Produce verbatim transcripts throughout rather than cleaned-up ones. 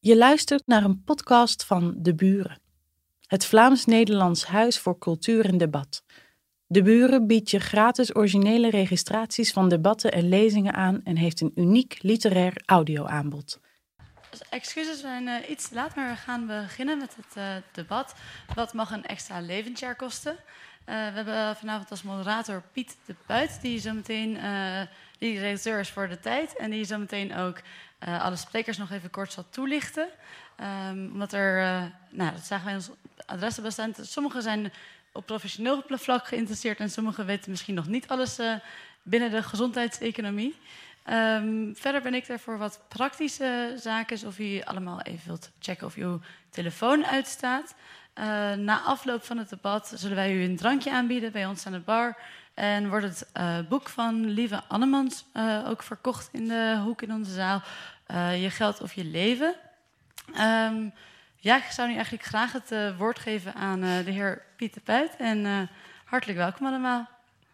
Je luistert naar een podcast van De Buren, het Vlaams-Nederlands Huis voor Cultuur en Debat. De Buren biedt je gratis originele registraties van debatten en lezingen aan en heeft een uniek literair audioaanbod. Excuses, we zijn uh, iets te laat, maar we gaan beginnen met het uh, debat. Wat mag een extra levensjaar kosten? Uh, we hebben vanavond als moderator Piet de Buit, die zo meteen uh, die redacteur is voor De Tijd en die zo meteen ook uh, alle sprekers nog even kort zal toelichten. Um, omdat er, uh, nou, dat zagen wij in ons adressenbestand. Sommigen zijn op professioneel vlak geïnteresseerd en sommigen weten misschien nog niet alles uh, binnen de gezondheidseconomie. Um, verder ben ik er voor wat praktische zaken, of u allemaal even wilt checken of uw telefoon uitstaat. Uh, na afloop van het debat zullen wij u een drankje aanbieden bij ons aan de bar. En wordt het uh, boek van Lieve Annemans uh, ook verkocht in de hoek in onze zaal. Uh, je geld of je leven. Um, ja, ik zou nu eigenlijk graag het uh, woord geven aan uh, de heer Piet de Buit. En uh, hartelijk welkom allemaal.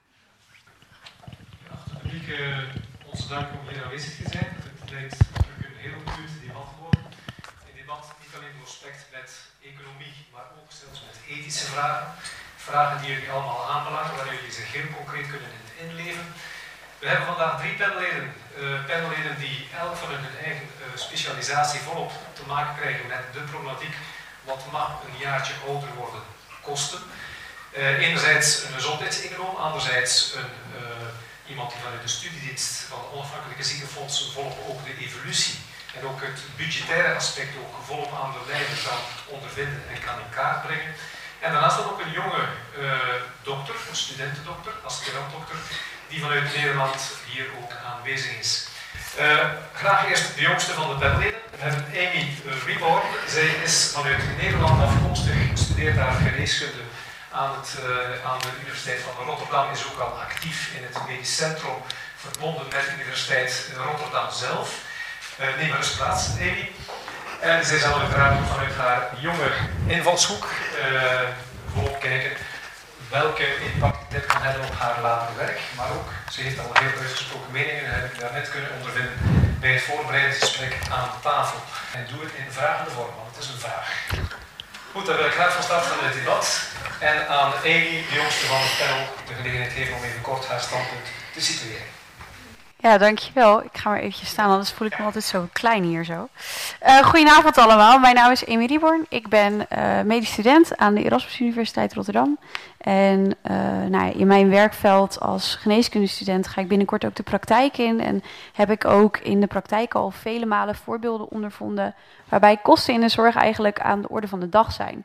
Ja, het publiek, uh, onze dank om hier aanwezig te zijn. Het lijkt een heel goed debat geworden. Een debat niet alleen doorspekt met economie, maar ook zelfs met ethische vragen. Vragen die jullie allemaal aanbelangen, waar jullie zich heel concreet kunnen inleven. We hebben vandaag drie panelleden, uh, panelleden die elk van hun eigen uh, specialisatie volop te maken krijgen met de problematiek wat mag een jaartje ouder worden kosten. Uh, enerzijds een gezondheidseconoom, anderzijds een, uh, iemand die vanuit de studiedienst van de onafhankelijke ziekenfondsen volop ook de evolutie en ook het budgettaire aspect ook volop aan de lijve kan ondervinden en kan in kaart brengen. En daarnaast dan ook een jonge uh, dokter, een studentendokter, aspirantdokter, die vanuit Nederland hier ook aanwezig is. Uh, graag eerst de jongste van de panelleden. We hebben Amy Reborn. Zij is vanuit Nederland afkomstig, studeert daar geneeskunde aan, het, uh, aan de Universiteit van Rotterdam, is ook al actief in het medisch centrum, verbonden met de Universiteit Rotterdam zelf. Uh, neem maar eens plaats, Amy. En zij zal uiteraard vanuit haar jonge invalshoek uh, volop kijken welke impact dit kan hebben op haar later werk. Maar ook, ze heeft al heel uitgesproken meningen en heb ik daarnet kunnen ondervinden bij het voorbereidingsgesprek aan tafel. En doe het in vragende vorm, want het is een vraag. Goed, dan wil ik graag van start gaan met het debat. En aan Amy, de jongste van het panel, de gelegenheid geven om even kort haar standpunt te situeren. Ja, dankjewel. Ik ga maar eventjes staan, anders voel ik me altijd zo klein hier zo. Uh, goedenavond allemaal, mijn naam is Amy Reborn. Ik ben uh, medisch student aan de Erasmus Universiteit Rotterdam. En uh, nou, in mijn werkveld als geneeskundestudent ga ik binnenkort ook de praktijk in. En heb ik ook in de praktijk al vele malen voorbeelden ondervonden waarbij kosten in de zorg eigenlijk aan de orde van de dag zijn.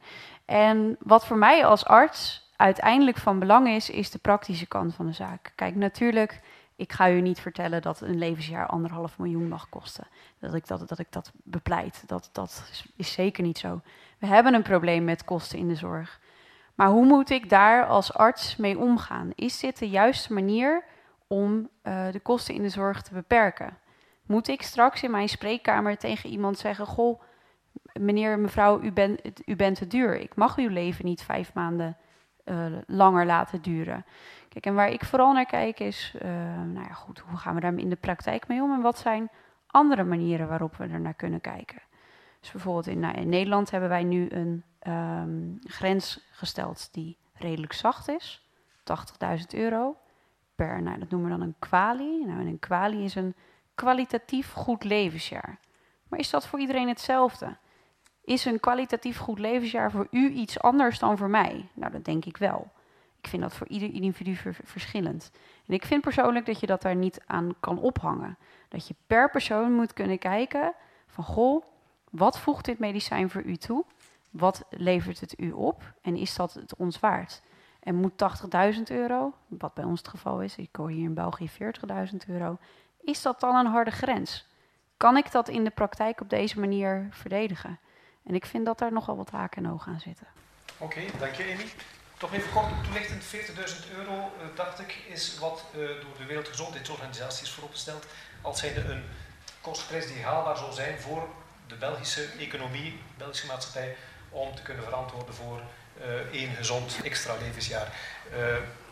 En wat voor mij als arts uiteindelijk van belang is, is de praktische kant van de zaak. Kijk, natuurlijk, ik ga u niet vertellen dat een levensjaar anderhalf miljoen mag kosten. Dat ik dat, dat, ik dat bepleit. Dat, dat is, is zeker niet zo. We hebben een probleem met kosten in de zorg. Maar hoe moet ik daar als arts mee omgaan? Is dit de juiste manier om uh, de kosten in de zorg te beperken? Moet ik straks in mijn spreekkamer tegen iemand zeggen: goh, meneer, mevrouw, u, ben, u bent te duur. Ik mag uw leven niet vijf maanden uh, langer laten duren. Kijk, en waar ik vooral naar kijk is, uh, nou ja, goed, hoe gaan we daar in de praktijk mee om? En wat zijn andere manieren waarop we er naar kunnen kijken? Dus bijvoorbeeld in, nou, in Nederland hebben wij nu een um, grens gesteld die redelijk zacht is. tachtigduizend euro per, nou, dat noemen we dan een kwali. Nou, en een kwali is een kwalitatief goed levensjaar. Maar is dat voor iedereen hetzelfde? Is een kwalitatief goed levensjaar voor u iets anders dan voor mij? Nou, dat denk ik wel. Ik vind dat voor ieder individu verschillend. En ik vind persoonlijk dat je dat daar niet aan kan ophangen. Dat je per persoon moet kunnen kijken van, goh, wat voegt dit medicijn voor u toe? Wat levert het u op? En is dat het ons waard? En moet tachtigduizend euro, wat bij ons het geval is, ik hoor hier in België veertigduizend euro, is dat dan een harde grens? Kan ik dat in de praktijk op deze manier verdedigen? En ik vind dat daar nogal wat haken en ogen aan zitten. Oké, okay, dank je Amy. Toch even kort toelichtend, veertigduizend euro, uh, dacht ik, is wat uh, door de Wereldgezondheidsorganisatie is vooropgesteld als zijnde een kostprijs die haalbaar zou zijn voor de Belgische economie, de Belgische maatschappij, om te kunnen verantwoorden voor uh, één gezond extra levensjaar. Uh,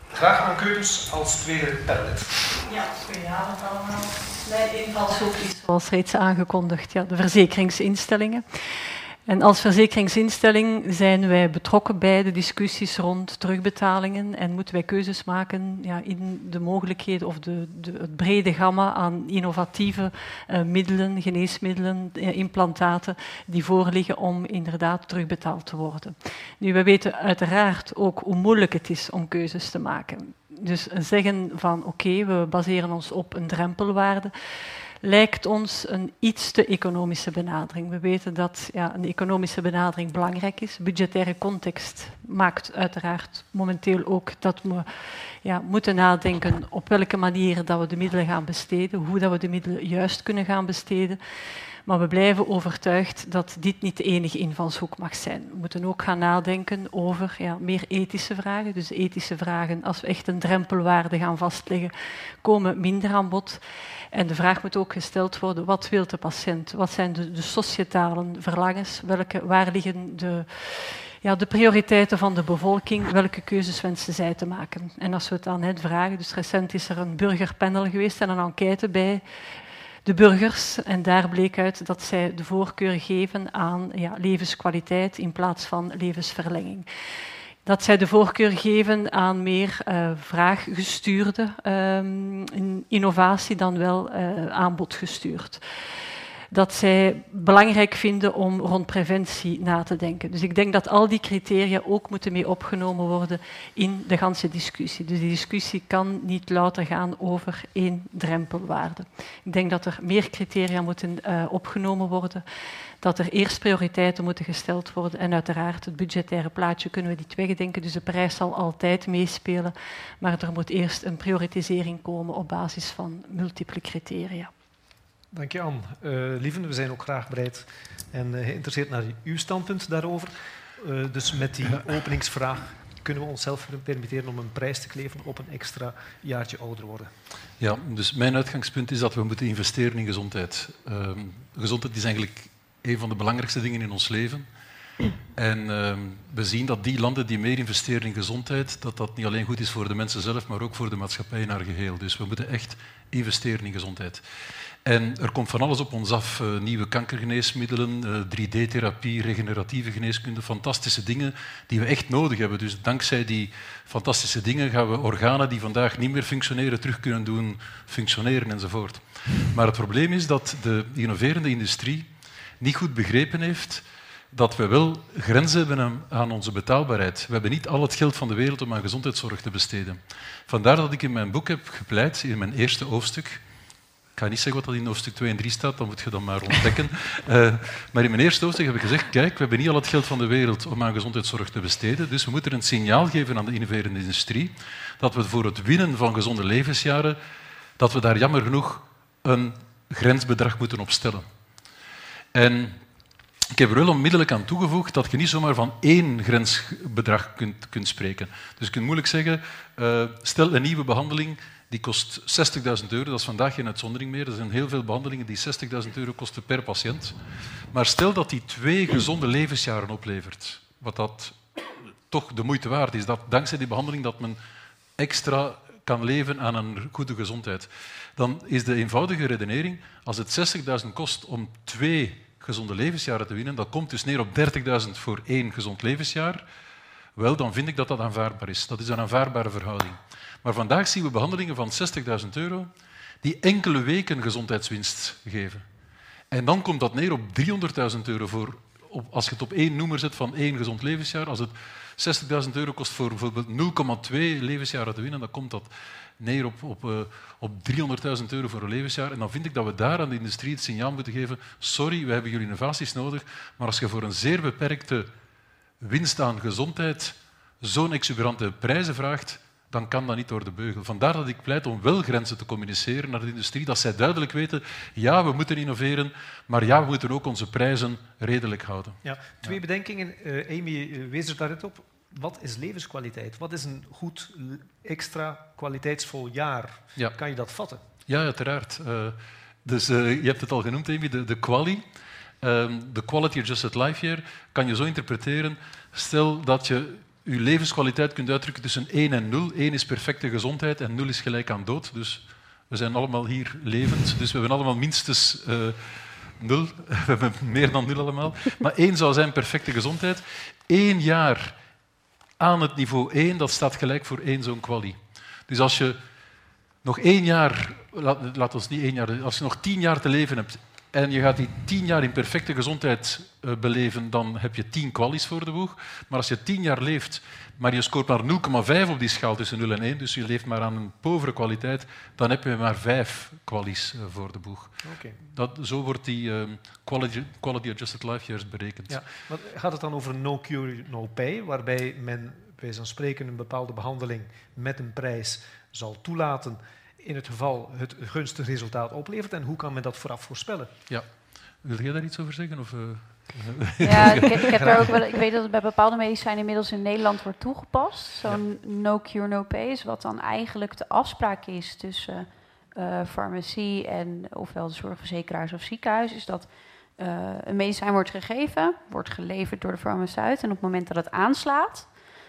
Graag aan keuzes als tweede panelist. Ja, goedenavond allemaal. Mijn invalshoek is, zoals reeds aangekondigd, ja, de verzekeringsinstellingen. En als verzekeringsinstelling zijn wij betrokken bij de discussies rond terugbetalingen en moeten wij keuzes maken ja, in de mogelijkheden of de, de, het brede gamma aan innovatieve uh, middelen, geneesmiddelen, uh, implantaten die voorliggen om inderdaad terugbetaald te worden. Nu, we weten uiteraard ook hoe moeilijk het is om keuzes te maken. Dus zeggen van oké, okay, we baseren ons op een drempelwaarde, lijkt ons een iets te economische benadering. We weten dat ja, een economische benadering belangrijk is. Budgettaire context maakt uiteraard momenteel ook dat we ja, moeten nadenken op welke manier dat we de middelen gaan besteden, hoe dat we de middelen juist kunnen gaan besteden. Maar we blijven overtuigd dat dit niet de enige invalshoek mag zijn. We moeten ook gaan nadenken over ja, meer ethische vragen. Dus ethische vragen, als we echt een drempelwaarde gaan vastleggen, komen minder aan bod. En de vraag moet ook gesteld worden, wat wil de patiënt? Wat zijn de, de societale verlangens? Welke, waar liggen de, ja, de prioriteiten van de bevolking? Welke keuzes wensen zij te maken? En als we het aan hen vragen, dus recent is er een burgerpanel geweest en een enquête bij de burgers. En daar bleek uit dat zij de voorkeur geven aan ja, levenskwaliteit in plaats van levensverlenging. Dat zij de voorkeur geven aan meer uh, vraaggestuurde uh, innovatie dan wel uh, aanbodgestuurd. Dat zij belangrijk vinden om rond preventie na te denken. Dus ik denk dat al die criteria ook moeten mee opgenomen worden in de ganse discussie. Dus die discussie kan niet louter gaan over één drempelwaarde. Ik denk dat er meer criteria moeten uh, opgenomen worden, dat er eerst prioriteiten moeten gesteld worden en uiteraard het budgettaire plaatje kunnen we niet wegdenken. Dus de prijs zal altijd meespelen, maar er moet eerst een prioritisering komen op basis van multiple criteria. Dank je, Anne. Uh, Lieven, we zijn ook graag bereid en uh, geïnteresseerd naar uw standpunt daarover. Uh, dus met die openingsvraag kunnen we onszelf permitteren om een prijs te kleven op een extra jaartje ouder worden. Ja, dus mijn uitgangspunt is dat we moeten investeren in gezondheid. Uh, gezondheid is eigenlijk een van de belangrijkste dingen in ons leven. En uh, we zien dat die landen die meer investeren in gezondheid, dat dat niet alleen goed is voor de mensen zelf, maar ook voor de maatschappij in haar geheel. Dus we moeten echt investeren in gezondheid. En er komt van alles op ons af. Uh, nieuwe kankergeneesmiddelen, uh, drie D-therapie, regeneratieve geneeskunde, fantastische dingen die we echt nodig hebben. Dus dankzij die fantastische dingen gaan we organen die vandaag niet meer functioneren, terug kunnen doen functioneren enzovoort. Maar het probleem is dat de innoverende industrie niet goed begrepen heeft dat we wel grenzen hebben aan onze betaalbaarheid. We hebben niet al het geld van de wereld om aan gezondheidszorg te besteden. Vandaar dat ik in mijn boek heb gepleit, in mijn eerste hoofdstuk. Ik ga niet zeggen wat dat in hoofdstuk twee en drie staat, dan moet je dat maar ontdekken. Uh, maar in mijn eerste hoofdstuk heb ik gezegd, kijk, we hebben niet al het geld van de wereld om aan gezondheidszorg te besteden, dus we moeten een signaal geven aan de innoverende industrie dat we voor het winnen van gezonde levensjaren, dat we daar jammer genoeg een grensbedrag moeten opstellen. En ik heb er wel onmiddellijk aan toegevoegd dat je niet zomaar van één grensbedrag kunt, kunt spreken. Dus je kunt moeilijk zeggen, uh, stel een nieuwe behandeling die kost zestigduizend euro, dat is vandaag geen uitzondering meer. Er zijn heel veel behandelingen die zestigduizend euro kosten per patiënt. Maar stel dat die twee gezonde levensjaren oplevert, wat dat toch de moeite waard is, dat dankzij die behandeling dat men extra kan leven aan een goede gezondheid. Dan is de eenvoudige redenering, als het zestigduizend kost om twee gezonde levensjaren te winnen, dat komt dus neer op dertigduizend voor één gezond levensjaar, wel, dan vind ik dat dat aanvaardbaar is. Dat is een aanvaardbare verhouding. Maar vandaag zien we behandelingen van zestigduizend euro die enkele weken gezondheidswinst geven. En dan komt dat neer op driehonderdduizend euro voor, op, als je het op één noemer zet van één gezond levensjaar. Als het zestigduizend euro kost voor bijvoorbeeld nul komma twee levensjaren te winnen, dan komt dat neer op, op, uh, op driehonderdduizend euro voor een levensjaar. En dan vind ik dat we daar aan de industrie het signaal moeten geven, sorry, we hebben jullie innovaties nodig, maar als je voor een zeer beperkte winst aan gezondheid zo'n exuberante prijzen vraagt, dan kan dat niet door de beugel. Vandaar dat ik pleit om wel grenzen te communiceren naar de industrie, dat zij duidelijk weten, ja, we moeten innoveren, maar ja, we moeten ook onze prijzen redelijk houden. Ja, twee ja. bedenkingen. Uh, Amy wees er daarnet op. Wat is levenskwaliteit? Wat is een goed, extra kwaliteitsvol jaar? Ja. Kan je dat vatten? Ja, uiteraard. Uh, dus uh, je hebt het al genoemd, Amy, de, de quali. De um, Quality Adjusted Life Year kan je zo interpreteren. Stel dat je uw levenskwaliteit kunt uitdrukken tussen één en nul. één is perfecte gezondheid en nul is gelijk aan dood. Dus we zijn allemaal hier levend. Dus we hebben allemaal minstens uh, nul. We hebben meer dan nul allemaal. Maar één zou zijn perfecte gezondheid. Eén jaar aan het niveau één, dat staat gelijk voor één zo'n kwalie. Dus als je nog één jaar, laat, laat ons niet één jaar, als je nog tien jaar te leven hebt en je gaat die tien jaar in perfecte gezondheid uh, beleven, dan heb je tien kwalies voor de boeg. Maar als je tien jaar leeft, maar je scoort maar nul komma vijf op die schaal tussen nul en één, dus je leeft maar aan een povere kwaliteit, dan heb je maar vijf kwalies uh, voor de boeg. Okay. Dat, zo wordt die uh, quality, quality Adjusted Life Years berekend. Ja, maar gaat het dan over no cure, no pay, waarbij men, bij zo'n spreken, een bepaalde behandeling met een prijs zal toelaten in het geval het gunstig resultaat oplevert? En hoe kan men dat vooraf voorspellen? Ja. Wil jij daar iets over zeggen? Of, uh... Ja, ik, ik, heb daar ook wel, ik weet dat het bij bepaalde medicijnen inmiddels in Nederland wordt toegepast. Zo'n ja. no cure, no pay is wat dan eigenlijk de afspraak is tussen uh, farmacie en ofwel de zorgverzekeraars of ziekenhuis. Is dat uh, een medicijn wordt gegeven, wordt geleverd door de farmaceut. En op het moment dat het aanslaat,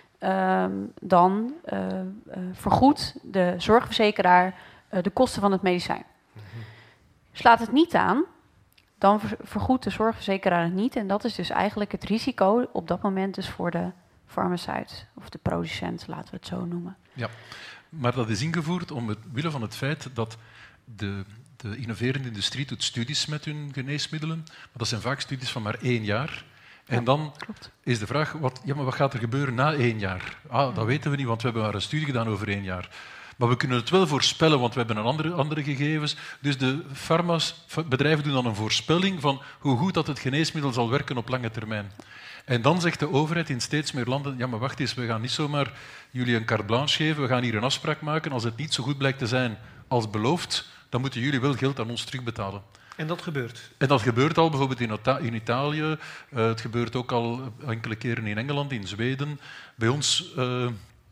um, dan uh, uh, vergoedt de zorgverzekeraar uh, de kosten van het medicijn. Mm-hmm. Slaat het niet aan, dan vergoedt de zorgverzekeraar het niet. En dat is dus eigenlijk het risico op dat moment dus voor de farmaceut of de producent, laten we het zo noemen. Ja, maar dat is ingevoerd omwille van het feit dat de, de innoverende industrie doet studies met hun geneesmiddelen, maar dat zijn vaak studies van maar één jaar. En ja, dan klopt. Is de vraag, wat, ja, maar wat gaat er gebeuren na één jaar? Ah, dat weten we niet, want we hebben maar een studie gedaan over één jaar. Maar we kunnen het wel voorspellen, want we hebben een andere, andere gegevens. Dus de farma's, bedrijven doen dan een voorspelling van hoe goed dat het geneesmiddel zal werken op lange termijn. En dan zegt de overheid in steeds meer landen, ja, maar wacht eens, we gaan niet zomaar jullie een carte blanche geven, we gaan hier een afspraak maken. Als het niet zo goed blijkt te zijn als beloofd, dan moeten jullie wel geld aan ons terugbetalen. En dat gebeurt? En dat gebeurt al bijvoorbeeld in, Ota- in Italië. Uh, het gebeurt ook al enkele keren in Engeland, in Zweden. Bij ons uh,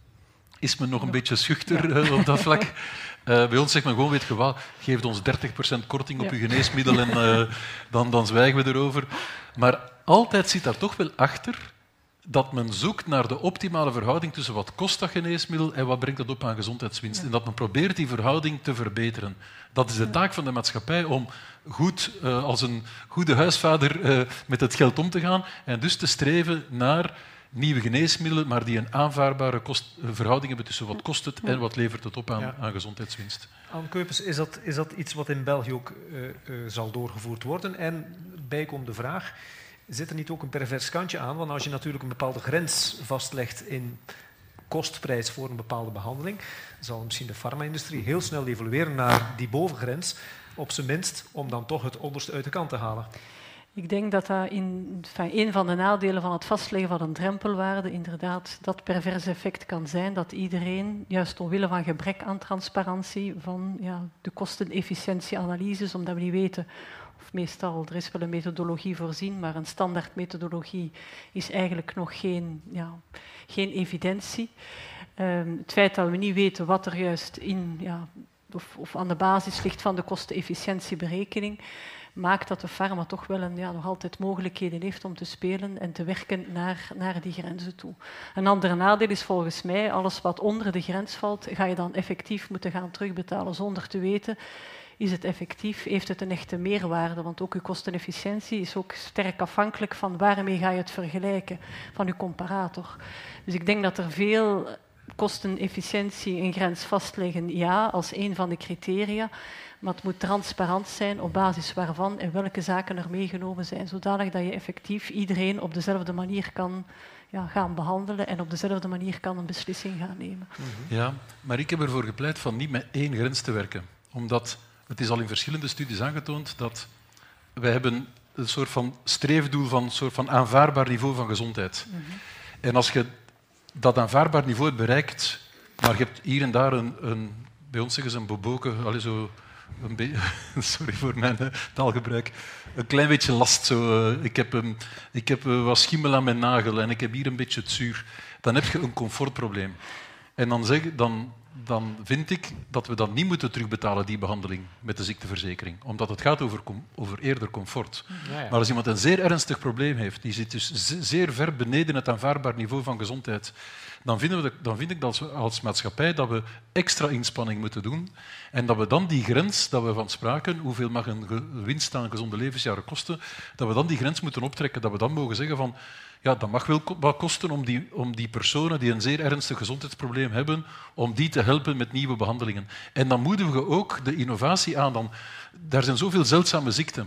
is men nog een ja. beetje schuchter uh, op dat vlak. Uh, bij ons zegt men gewoon, weet je wat, geef ons dertig procent korting op ja. uw geneesmiddel en uh, dan, dan zwijgen we erover. Maar altijd zit daar toch wel achter dat men zoekt naar de optimale verhouding tussen wat kost dat geneesmiddel en wat brengt dat op aan gezondheidswinst. Ja. En dat men probeert die verhouding te verbeteren. Dat is de taak van de maatschappij om goed, uh, als een goede huisvader uh, met het geld om te gaan en dus te streven naar nieuwe geneesmiddelen, maar die een aanvaardbare kost, verhouding hebben tussen wat kost het en wat levert het op aan, ja. aan gezondheidswinst. Anne Keupens, is dat, is dat iets wat in België ook uh, uh, zal doorgevoerd worden? En bijkomt de vraag, zit er niet ook een pervers kantje aan? Want als je natuurlijk een bepaalde grens vastlegt in kostprijs voor een bepaalde behandeling, zal misschien de farma-industrie heel snel evolueren naar die bovengrens, op zijn minst om dan toch het onderste uit de kant te halen. Ik denk dat dat in, enfin, een van de nadelen van het vastleggen van een drempelwaarde inderdaad dat perverse effect kan zijn, dat iedereen, juist omwille van gebrek aan transparantie, van ja, de kostenefficiëntieanalyses, omdat we niet weten, of meestal, er is wel een methodologie voorzien, maar een standaardmethodologie is eigenlijk nog geen, ja, geen evidentie. Um, het feit dat we niet weten wat er juist in, ja, of, of aan de basis ligt van de kostenefficiëntieberekening, maakt dat de farma toch wel een, ja, nog altijd mogelijkheden heeft om te spelen en te werken naar, naar die grenzen toe. Een ander nadeel is volgens mij, alles wat onder de grens valt, ga je dan effectief moeten gaan terugbetalen zonder te weten, is het effectief, heeft het een echte meerwaarde, want ook uw kostenefficiëntie is ook sterk afhankelijk van waarmee ga je het vergelijken, van uw comparator. Dus ik denk dat er veel kostenefficiëntie een grens vastleggen, ja, als een van de criteria, maar het moet transparant zijn op basis waarvan en welke zaken er meegenomen zijn, zodanig dat je effectief iedereen op dezelfde manier kan ja, gaan behandelen en op dezelfde manier kan een beslissing gaan nemen. Ja, maar ik heb ervoor gepleit van niet met één grens te werken, omdat het is al in verschillende studies aangetoond dat wij hebben een soort van streefdoel van een soort van aanvaardbaar niveau van gezondheid. Mm-hmm. En als je dat aanvaardbaar niveau hebt bereikt, maar je hebt hier en daar een, een bij ons zeggen ze een boboke, allee, zo een be- sorry voor mijn uh, taalgebruik, een klein beetje last. Zo, uh, ik heb, um, ik heb uh, wat schimmel aan mijn nagel en ik heb hier een beetje het zuur. Dan heb je een comfortprobleem. En dan, zeg, dan dan vind ik dat we dat niet moeten terugbetalen, die behandeling met de ziekteverzekering. Omdat het gaat over, com- over eerder comfort. Ja, ja. Maar als iemand een zeer ernstig probleem heeft, die zit dus ze- zeer ver beneden het aanvaardbaar niveau van gezondheid, dan, vinden we de, dan vind ik dat als, als maatschappij dat we extra inspanning moeten doen en dat we dan die grens, dat we van spraken, hoeveel mag een ge- winst aan gezonde levensjaren kosten, dat we dan die grens moeten optrekken, dat we dan mogen zeggen van ja, dat mag wel ko- wat kosten om die, om die personen die een zeer ernstig gezondheidsprobleem hebben, om die te helpen met nieuwe behandelingen. En dan moedigen we ook de innovatie aan. Dan, daar zijn zoveel zeldzame ziekten.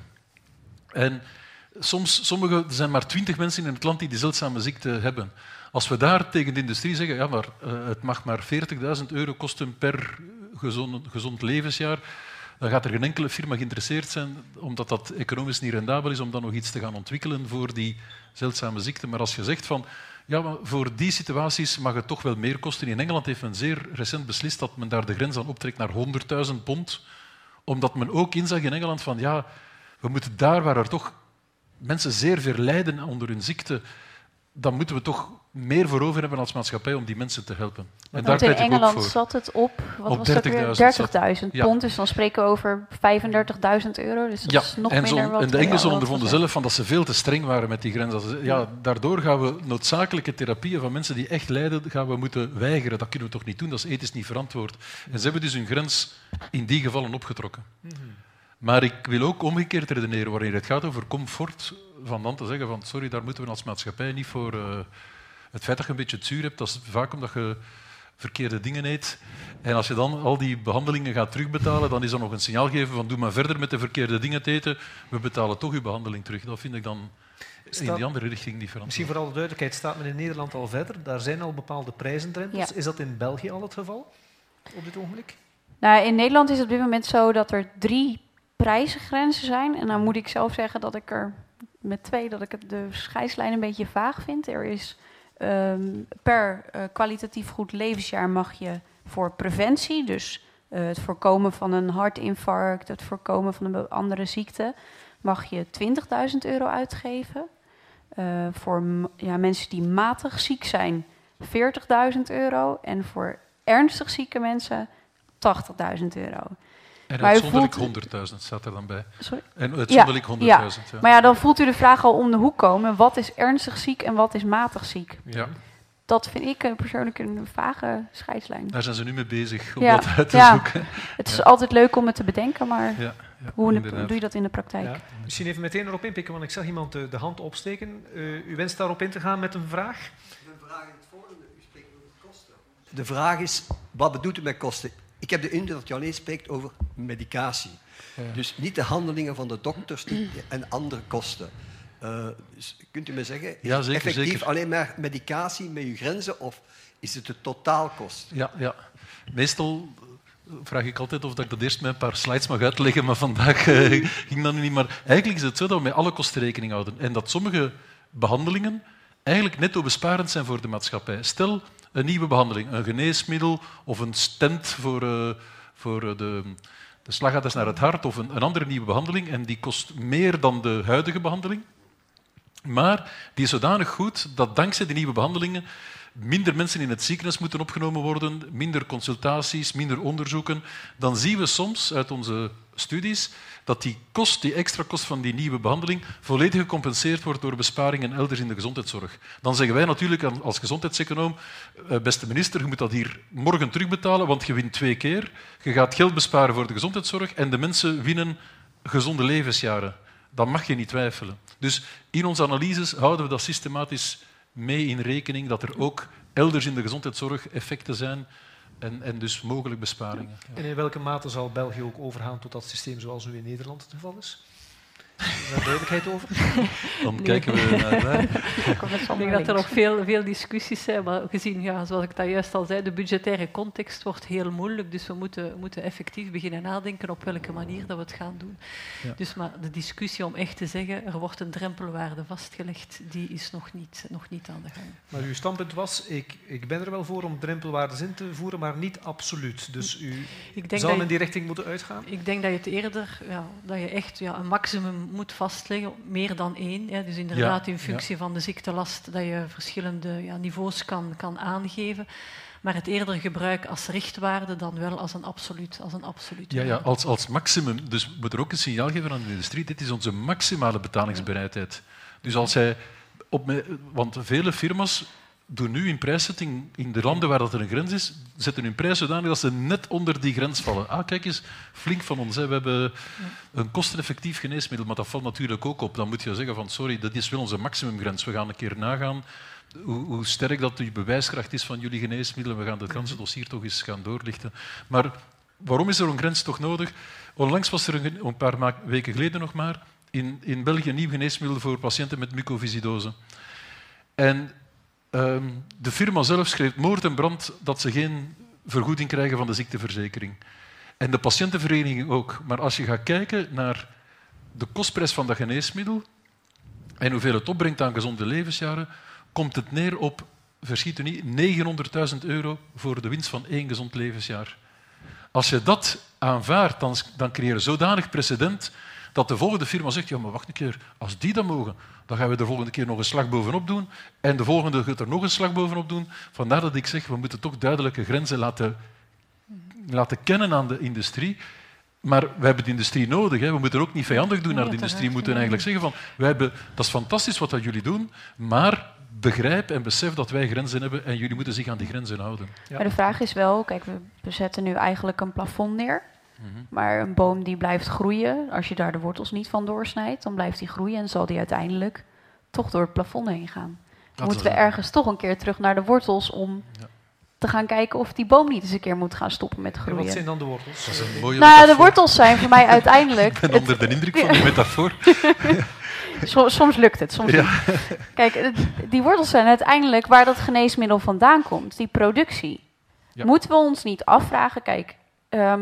En soms, sommige, er zijn maar twintig mensen in het land die die zeldzame ziekte hebben. Als we daar tegen de industrie zeggen, ja, maar uh, het mag maar veertigduizend euro kosten per gezond, gezond levensjaar, dan gaat er geen enkele firma geïnteresseerd zijn, omdat dat economisch niet rendabel is, om dan nog iets te gaan ontwikkelen voor die zeldzame ziekte. Maar als je zegt van, ja, maar voor die situaties mag het toch wel meer kosten. In Engeland heeft men zeer recent beslist dat men daar de grens aan optrekt naar honderdduizend pond, omdat men ook inzag in Engeland van, ja, we moeten daar waar er toch mensen zeer veel lijden onder hun ziekte, dan moeten we toch meer voor over hebben als maatschappij om die mensen te helpen. En daar Want in pleit ik ook Engeland voor. zat het op, wat Op was dat weer? dertigduizend dertigduizend Ja. pond, dus dan spreken we over vijfendertigduizend euro. Dus dat Ja, is nog en, minder zo, wat en de we Engelsen al ondervonden hadden zelf van dat ze veel te streng waren met die grens. Dat ze- Ja, daardoor gaan we noodzakelijke therapieën van mensen die echt lijden, gaan we moeten weigeren. Dat kunnen we toch niet doen, dat is ethisch niet verantwoord. En ze hebben dus hun grens in die gevallen opgetrokken. Maar ik wil ook omgekeerd redeneren, wanneer het gaat over comfort, van dan te zeggen van sorry, daar moeten we als maatschappij niet voor... Uh, het feit dat je een beetje het zuur hebt, dat is vaak omdat je verkeerde dingen eet. En als je dan al die behandelingen gaat terugbetalen, dan is dat nog een signaal geven van doe maar verder met de verkeerde dingen te eten, we betalen toch uw behandeling terug. Dat vind ik dan in die andere richting niet verantwoord. Misschien voor alle duidelijkheid, staat men in Nederland al verder? Daar zijn al bepaalde prijzendrempels. Ja. Is dat in België al het geval, op dit ogenblik? Nou, in Nederland is het op dit moment zo dat er drie prijzengrenzen zijn. En dan moet ik zelf zeggen dat ik er met twee, dat ik het de scheidslijn een beetje vaag vind. Er is um, per uh, kwalitatief goed levensjaar mag je voor preventie, dus uh, het voorkomen van een hartinfarct, het voorkomen van een andere ziekte, mag je twintigduizend euro uitgeven. Uh, voor ja, mensen die matig ziek zijn, veertigduizend euro. En voor ernstig zieke mensen, tachtigduizend euro. En Maar u uitzonderlijk voelt- honderdduizend staat er dan bij. Sorry? En uitzonderlijk Ja, honderdduizend. Ja. Maar ja, dan voelt u de vraag al om de hoek komen. Wat is ernstig ziek en wat is matig ziek? Ja, Dat vind ik uh, persoonlijk een vage scheidslijn. daar zijn ze nu mee bezig om Ja, dat uit te ja. zoeken. Het is Ja. altijd leuk om het te bedenken, maar Ja, ja, hoe, inderdaad. doe je dat in de praktijk? Ja. Misschien even meteen erop inpikken, want ik zag iemand de, de hand opsteken. Uh, u wenst daarop in te gaan met een vraag? Mijn vraag is het volgende. U spreekt over kosten. De vraag is, wat bedoelt u met kosten? Ik heb de indruk dat u alleen spreekt over medicatie. Ja. Dus niet de handelingen van de dokters niet, en andere kosten. Uh, dus kunt u me zeggen, is Ja, het zeker, effectief zeker. alleen maar medicatie met uw grenzen of is het de totaalkost? Ja, ja. Meestal vraag ik altijd of dat ik dat eerst met een paar slides mag uitleggen, maar vandaag uh, ging dat nu niet. Maar eigenlijk is het zo dat we met alle kosten rekening houden en dat sommige behandelingen eigenlijk netto besparend zijn voor de maatschappij. Stel, een nieuwe behandeling, een geneesmiddel of een stent voor, uh, voor uh, de, de slagaders naar het hart of een, een andere nieuwe behandeling en die kost meer dan de huidige behandeling. Maar die is zodanig goed dat dankzij die nieuwe behandelingen minder mensen in het ziekenhuis moeten opgenomen worden, minder consultaties, minder onderzoeken. Dan zien we soms uit onze studies dat die kost, die extra kost van die nieuwe behandeling volledig gecompenseerd wordt door besparingen elders in de gezondheidszorg. Dan zeggen wij natuurlijk als gezondheidseconoom, beste minister, je moet dat hier morgen terugbetalen, want je wint twee keer. Je gaat geld besparen voor de gezondheidszorg en de mensen winnen gezonde levensjaren. Dat mag je niet twijfelen. Dus in onze analyses houden we dat systematisch mee in rekening, dat er ook elders in de gezondheidszorg effecten zijn en, en dus mogelijk besparingen. Ja. En in welke mate zal België ook overgaan tot dat systeem zoals nu in Nederland het geval is? Is daar duidelijkheid over? Dan Nee. kijken we naar daar. Ik denk dat er nog veel, veel discussies zijn, maar gezien, ja, zoals ik dat juist al zei, de budgettaire context wordt heel moeilijk, dus we moeten, we moeten effectief beginnen nadenken op welke manier dat we het gaan doen. Ja. Dus, maar de discussie om echt te zeggen, er wordt een drempelwaarde vastgelegd, die is nog niet, nog niet aan de gang. Maar uw standpunt was, ik, ik ben er wel voor om drempelwaardes in te voeren, maar niet absoluut. Dus u Ik denk zal dat in je, die richting moeten uitgaan? ik denk dat je het eerder, ja, dat je echt ja, een maximum moet vastleggen, meer dan één. Hè. Dus inderdaad Ja, in functie ja. van de ziektelast dat je verschillende ja, niveaus kan, kan aangeven. Maar het eerder gebruik als richtwaarde dan wel als een absoluut, als een absoluut Ja, ja, waarde. als, als maximum. Dus we moeten er ook een signaal geven aan de industrie. Dit is onze maximale betalingsbereidheid. Dus als hij op me, want vele firma's doen nu in prijszetting in de landen waar dat er een grens is, zetten hun prijs zodanig dat ze net onder die grens vallen. Ah, kijk eens, flink van ons. Hè. We hebben een kosteneffectief geneesmiddel, maar dat valt natuurlijk ook op. Dan moet je zeggen van sorry, dat is wel onze maximumgrens. We gaan een keer nagaan hoe, hoe sterk dat die bewijskracht is van jullie geneesmiddelen. We gaan het ganse dossier toch eens gaan doorlichten. Maar waarom is er een grens toch nodig? Onlangs was er een, een paar ma- weken geleden nog maar in, in België een nieuw geneesmiddel voor patiënten met mucoviscidose. En um, de firma zelf schreef moord en brand dat ze geen vergoeding krijgen van de ziekteverzekering. En de patiëntenvereniging ook. Maar als je gaat kijken naar de kostprijs van dat geneesmiddel en hoeveel het opbrengt aan gezonde levensjaren, komt het neer op, verschiet u niet, negenhonderdduizend euro voor de winst van één gezond levensjaar. Als je dat aanvaardt, dan, dan creëer je zodanig precedent dat de volgende firma zegt, ja, maar wacht een keer, als die dat mogen, dan gaan we de volgende keer nog een slag bovenop doen en de volgende gaat er nog een slag bovenop doen. Vandaar dat ik zeg, we moeten toch duidelijke grenzen laten, laten kennen aan de industrie. Maar we hebben de industrie nodig. Hè. We moeten er ook niet vijandig doen Nee, naar de industrie. We moeten uiteraard, eigenlijk zeggen van, wij hebben, dat is fantastisch wat dat jullie doen, maar begrijp en besef dat wij grenzen hebben en jullie moeten zich aan die grenzen houden. Ja. Maar de vraag is wel, kijk, we, we zetten nu eigenlijk een plafond neer. Mm-hmm. Maar een boom die blijft groeien, als je daar de wortels niet van doorsnijdt, dan blijft die groeien en zal die uiteindelijk toch door het plafond heen gaan. Dan moeten we ergens toch een keer terug naar de wortels om Ja. te gaan kijken of die boom niet eens een keer moet gaan stoppen met En groeien. wat zijn dan de wortels? Dat is een mooie Nou, de metafoor. wortels zijn voor mij uiteindelijk... Ik ben het- onder de indruk van die metafoor. Som- soms lukt het, soms Ja. niet. Kijk, het- die wortels zijn uiteindelijk waar dat geneesmiddel vandaan komt, die productie. Ja. Moeten we ons niet afvragen, kijk, ehm,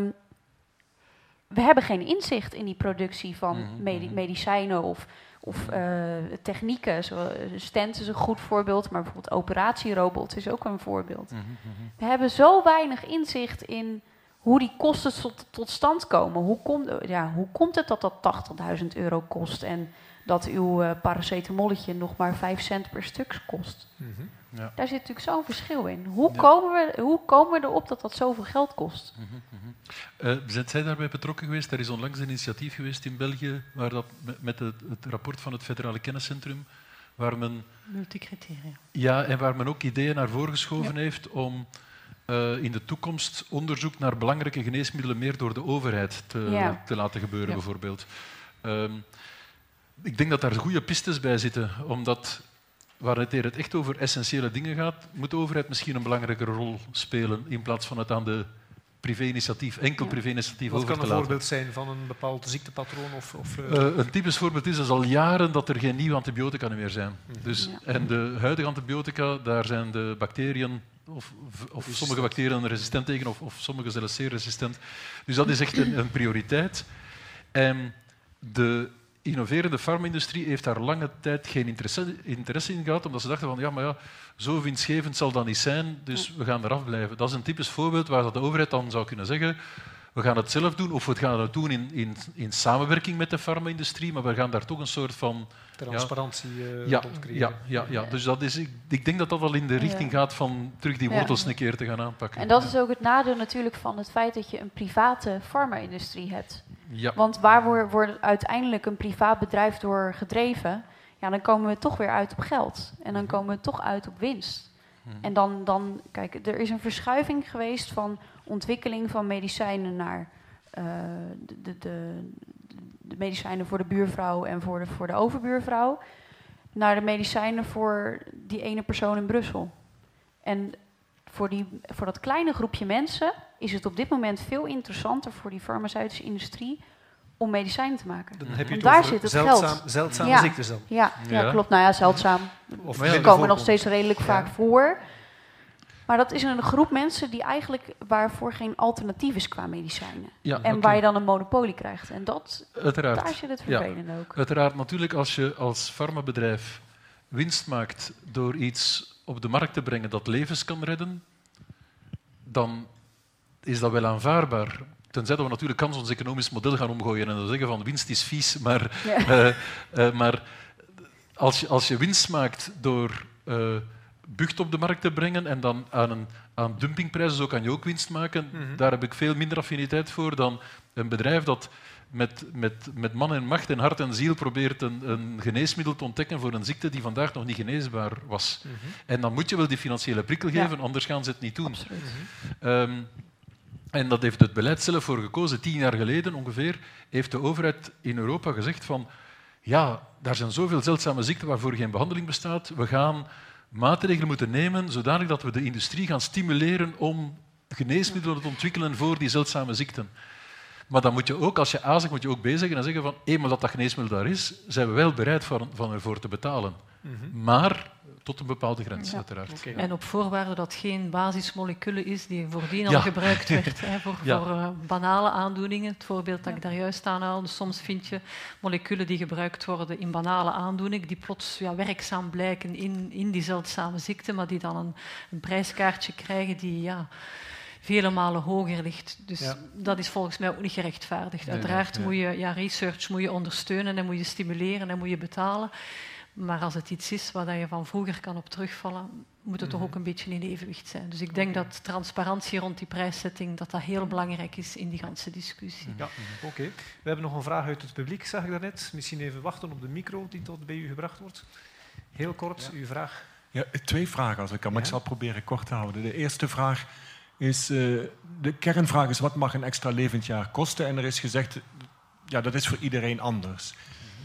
we hebben geen inzicht in die productie van Mhm, medi- mhm. medicijnen of, of eh, technieken. Zo, een stent is een goed voorbeeld, maar bijvoorbeeld operatierobot is ook een voorbeeld. Mhm, mhm. We hebben zo weinig inzicht in hoe die kosten tot, tot stand komen. Hoe, komt ja, hoe komt het dat dat tachtigduizend euro kost en dat uw uh, paracetamolletje nog maar vijf cent per stuk kost? Mhm. Ja. Daar zit natuurlijk zo'n verschil in. Hoe, Ja. komen we, hoe komen we erop dat dat zoveel geld kost? Mhm, mhm. Uh, zijn zij daarbij betrokken geweest? Er is onlangs een initiatief geweest in België waar dat met- met het, het rapport van het Federale Kenniscentrum, waar men, Multicriteria. ja, en waar men ook ideeën naar voren geschoven heeft om uh, in de toekomst onderzoek naar belangrijke geneesmiddelen meer door de overheid te, Ja. te laten gebeuren, Ja. bijvoorbeeld. Um, ik denk dat daar goede pistes bij zitten, omdat wanneer het echt over essentiële dingen gaat, moet de overheid misschien een belangrijkere rol spelen in plaats van het aan de privé-initiatief, enkel Ja. privé-initiatief Wat over kan te een laten. voorbeeld zijn van een bepaald ziektepatroon? Of, of, uh, Uh, een typisch voorbeeld is, is al jaren dat er geen nieuwe antibiotica meer zijn. Dus, Ja. En de huidige antibiotica, daar zijn de bacteriën, of, of sommige bacteriën resistent tegen, of, of sommige zelfs zeer resistent. Dus dat is echt een, een prioriteit. En de innoverende farma-industrie heeft daar lange tijd geen interesse, interesse in gehad, omdat ze dachten van, ja, maar ja, zo winstgevend zal dat niet zijn, dus we gaan eraf blijven. Dat is een typisch voorbeeld waar dat de overheid dan zou kunnen zeggen, we gaan het zelf doen, of we gaan het doen in, in, in samenwerking met de farma-industrie, maar we gaan daar toch een soort van... transparantie uh, Ja, rond creëren. ja, ja, ja. Dus dat is, ik, ik denk dat dat wel in de richting Ja. gaat van terug die Ja. wortels een keer te gaan aanpakken. En dat is ook het nadeel natuurlijk van het feit dat je een private farma-industrie hebt. Ja. Want waar wordt, wordt uiteindelijk een privaat bedrijf door gedreven, ja, dan komen we toch weer uit op geld. En dan komen we toch uit op winst. Mhm. En dan, dan, kijk, er is een verschuiving geweest van ontwikkeling van medicijnen naar uh, de, de, de, de medicijnen voor de buurvrouw en voor de, voor de overbuurvrouw, naar de medicijnen voor die ene persoon in Brussel. En voor, die, voor dat kleine groepje mensen is het op dit moment veel interessanter voor die farmaceutische industrie om medicijnen te maken. Dan heb je En het daar over zit het zeldzaam, geld. zeldzame Ja. ziektes dan. Ja, ja, Ja. klopt. Nou ja, zeldzaam. Of Maar ja, Ze minder komen nog voorkomend. steeds redelijk Ja. vaak voor. Maar dat is een groep mensen die eigenlijk waarvoor geen alternatief is qua medicijnen. Ja, En oké. waar je dan een monopolie krijgt. En dat, Uiteraard. daar zit het Ja. vervelende ook. Uiteraard, natuurlijk, als je als farmabedrijf winst maakt door iets op de markt te brengen dat levens kan redden, dan is dat wel aanvaardbaar. tenzij dat we natuurlijk kans ons economisch model gaan omgooien en dan zeggen van winst is vies, maar, Ja. uh, uh, maar als, je, als je winst maakt door uh, bucht op de markt te brengen en dan aan, een, aan dumpingprijzen, zo kan je ook winst maken, mm-hmm. daar heb ik veel minder affiniteit voor dan een bedrijf dat met, met, met man en macht en hart en ziel probeert een, een geneesmiddel te ontdekken voor een ziekte die vandaag nog niet geneesbaar was. Mm-hmm. En dan moet je wel die financiële prikkel geven, ja. anders gaan ze het niet doen. Mm-hmm. Um, en dat heeft het beleid zelf voor gekozen. Tien jaar geleden ongeveer heeft de overheid in Europa gezegd van ja, daar zijn zoveel zeldzame ziekten waarvoor geen behandeling bestaat. We gaan maatregelen moeten nemen zodanig dat we de industrie gaan stimuleren om geneesmiddelen te ontwikkelen voor die zeldzame ziekten. Maar dan moet je ook, als je A zegt, moet je ook B zeggen en zeggen van eenmaal dat dat geneesmiddel daar is, zijn we wel bereid van, van ervoor te betalen. Mm-hmm. Maar tot een bepaalde grens, ja. uiteraard. Okay. En op voorwaarde dat het geen basismoleculen is die voordien al ja. gebruikt werd hè, voor, ja. voor uh, banale aandoeningen. Het voorbeeld dat ja. ik daar juist aanhaalde. Soms vind je moleculen die gebruikt worden in banale aandoeningen, die plots ja, werkzaam blijken in, in die zeldzame ziekte, maar die dan een, een prijskaartje krijgen die ja, vele malen hoger ligt. Dus ja. dat is volgens mij ook niet gerechtvaardigd. Nee, Uiteraard nee. moet je ja, research moet je ondersteunen en moet je stimuleren en moet je betalen. Maar als het iets is waar je van vroeger kan op terugvallen, moet het mm-hmm. toch ook een beetje in evenwicht zijn. Dus ik denk okay. dat transparantie rond die prijszetting dat dat heel belangrijk is in die ganse discussie. Ja, oké. Okay. We hebben nog een vraag uit het publiek, zag ik daarnet. Misschien even wachten op de micro die tot bij u gebracht wordt. Heel kort, ja. uw vraag. Ja, twee vragen als ik kan, maar ja? ik zal proberen kort te houden. De eerste vraag is, uh, de kernvraag is, wat mag een extra levensjaar kosten? En er is gezegd, ja, dat is voor iedereen anders.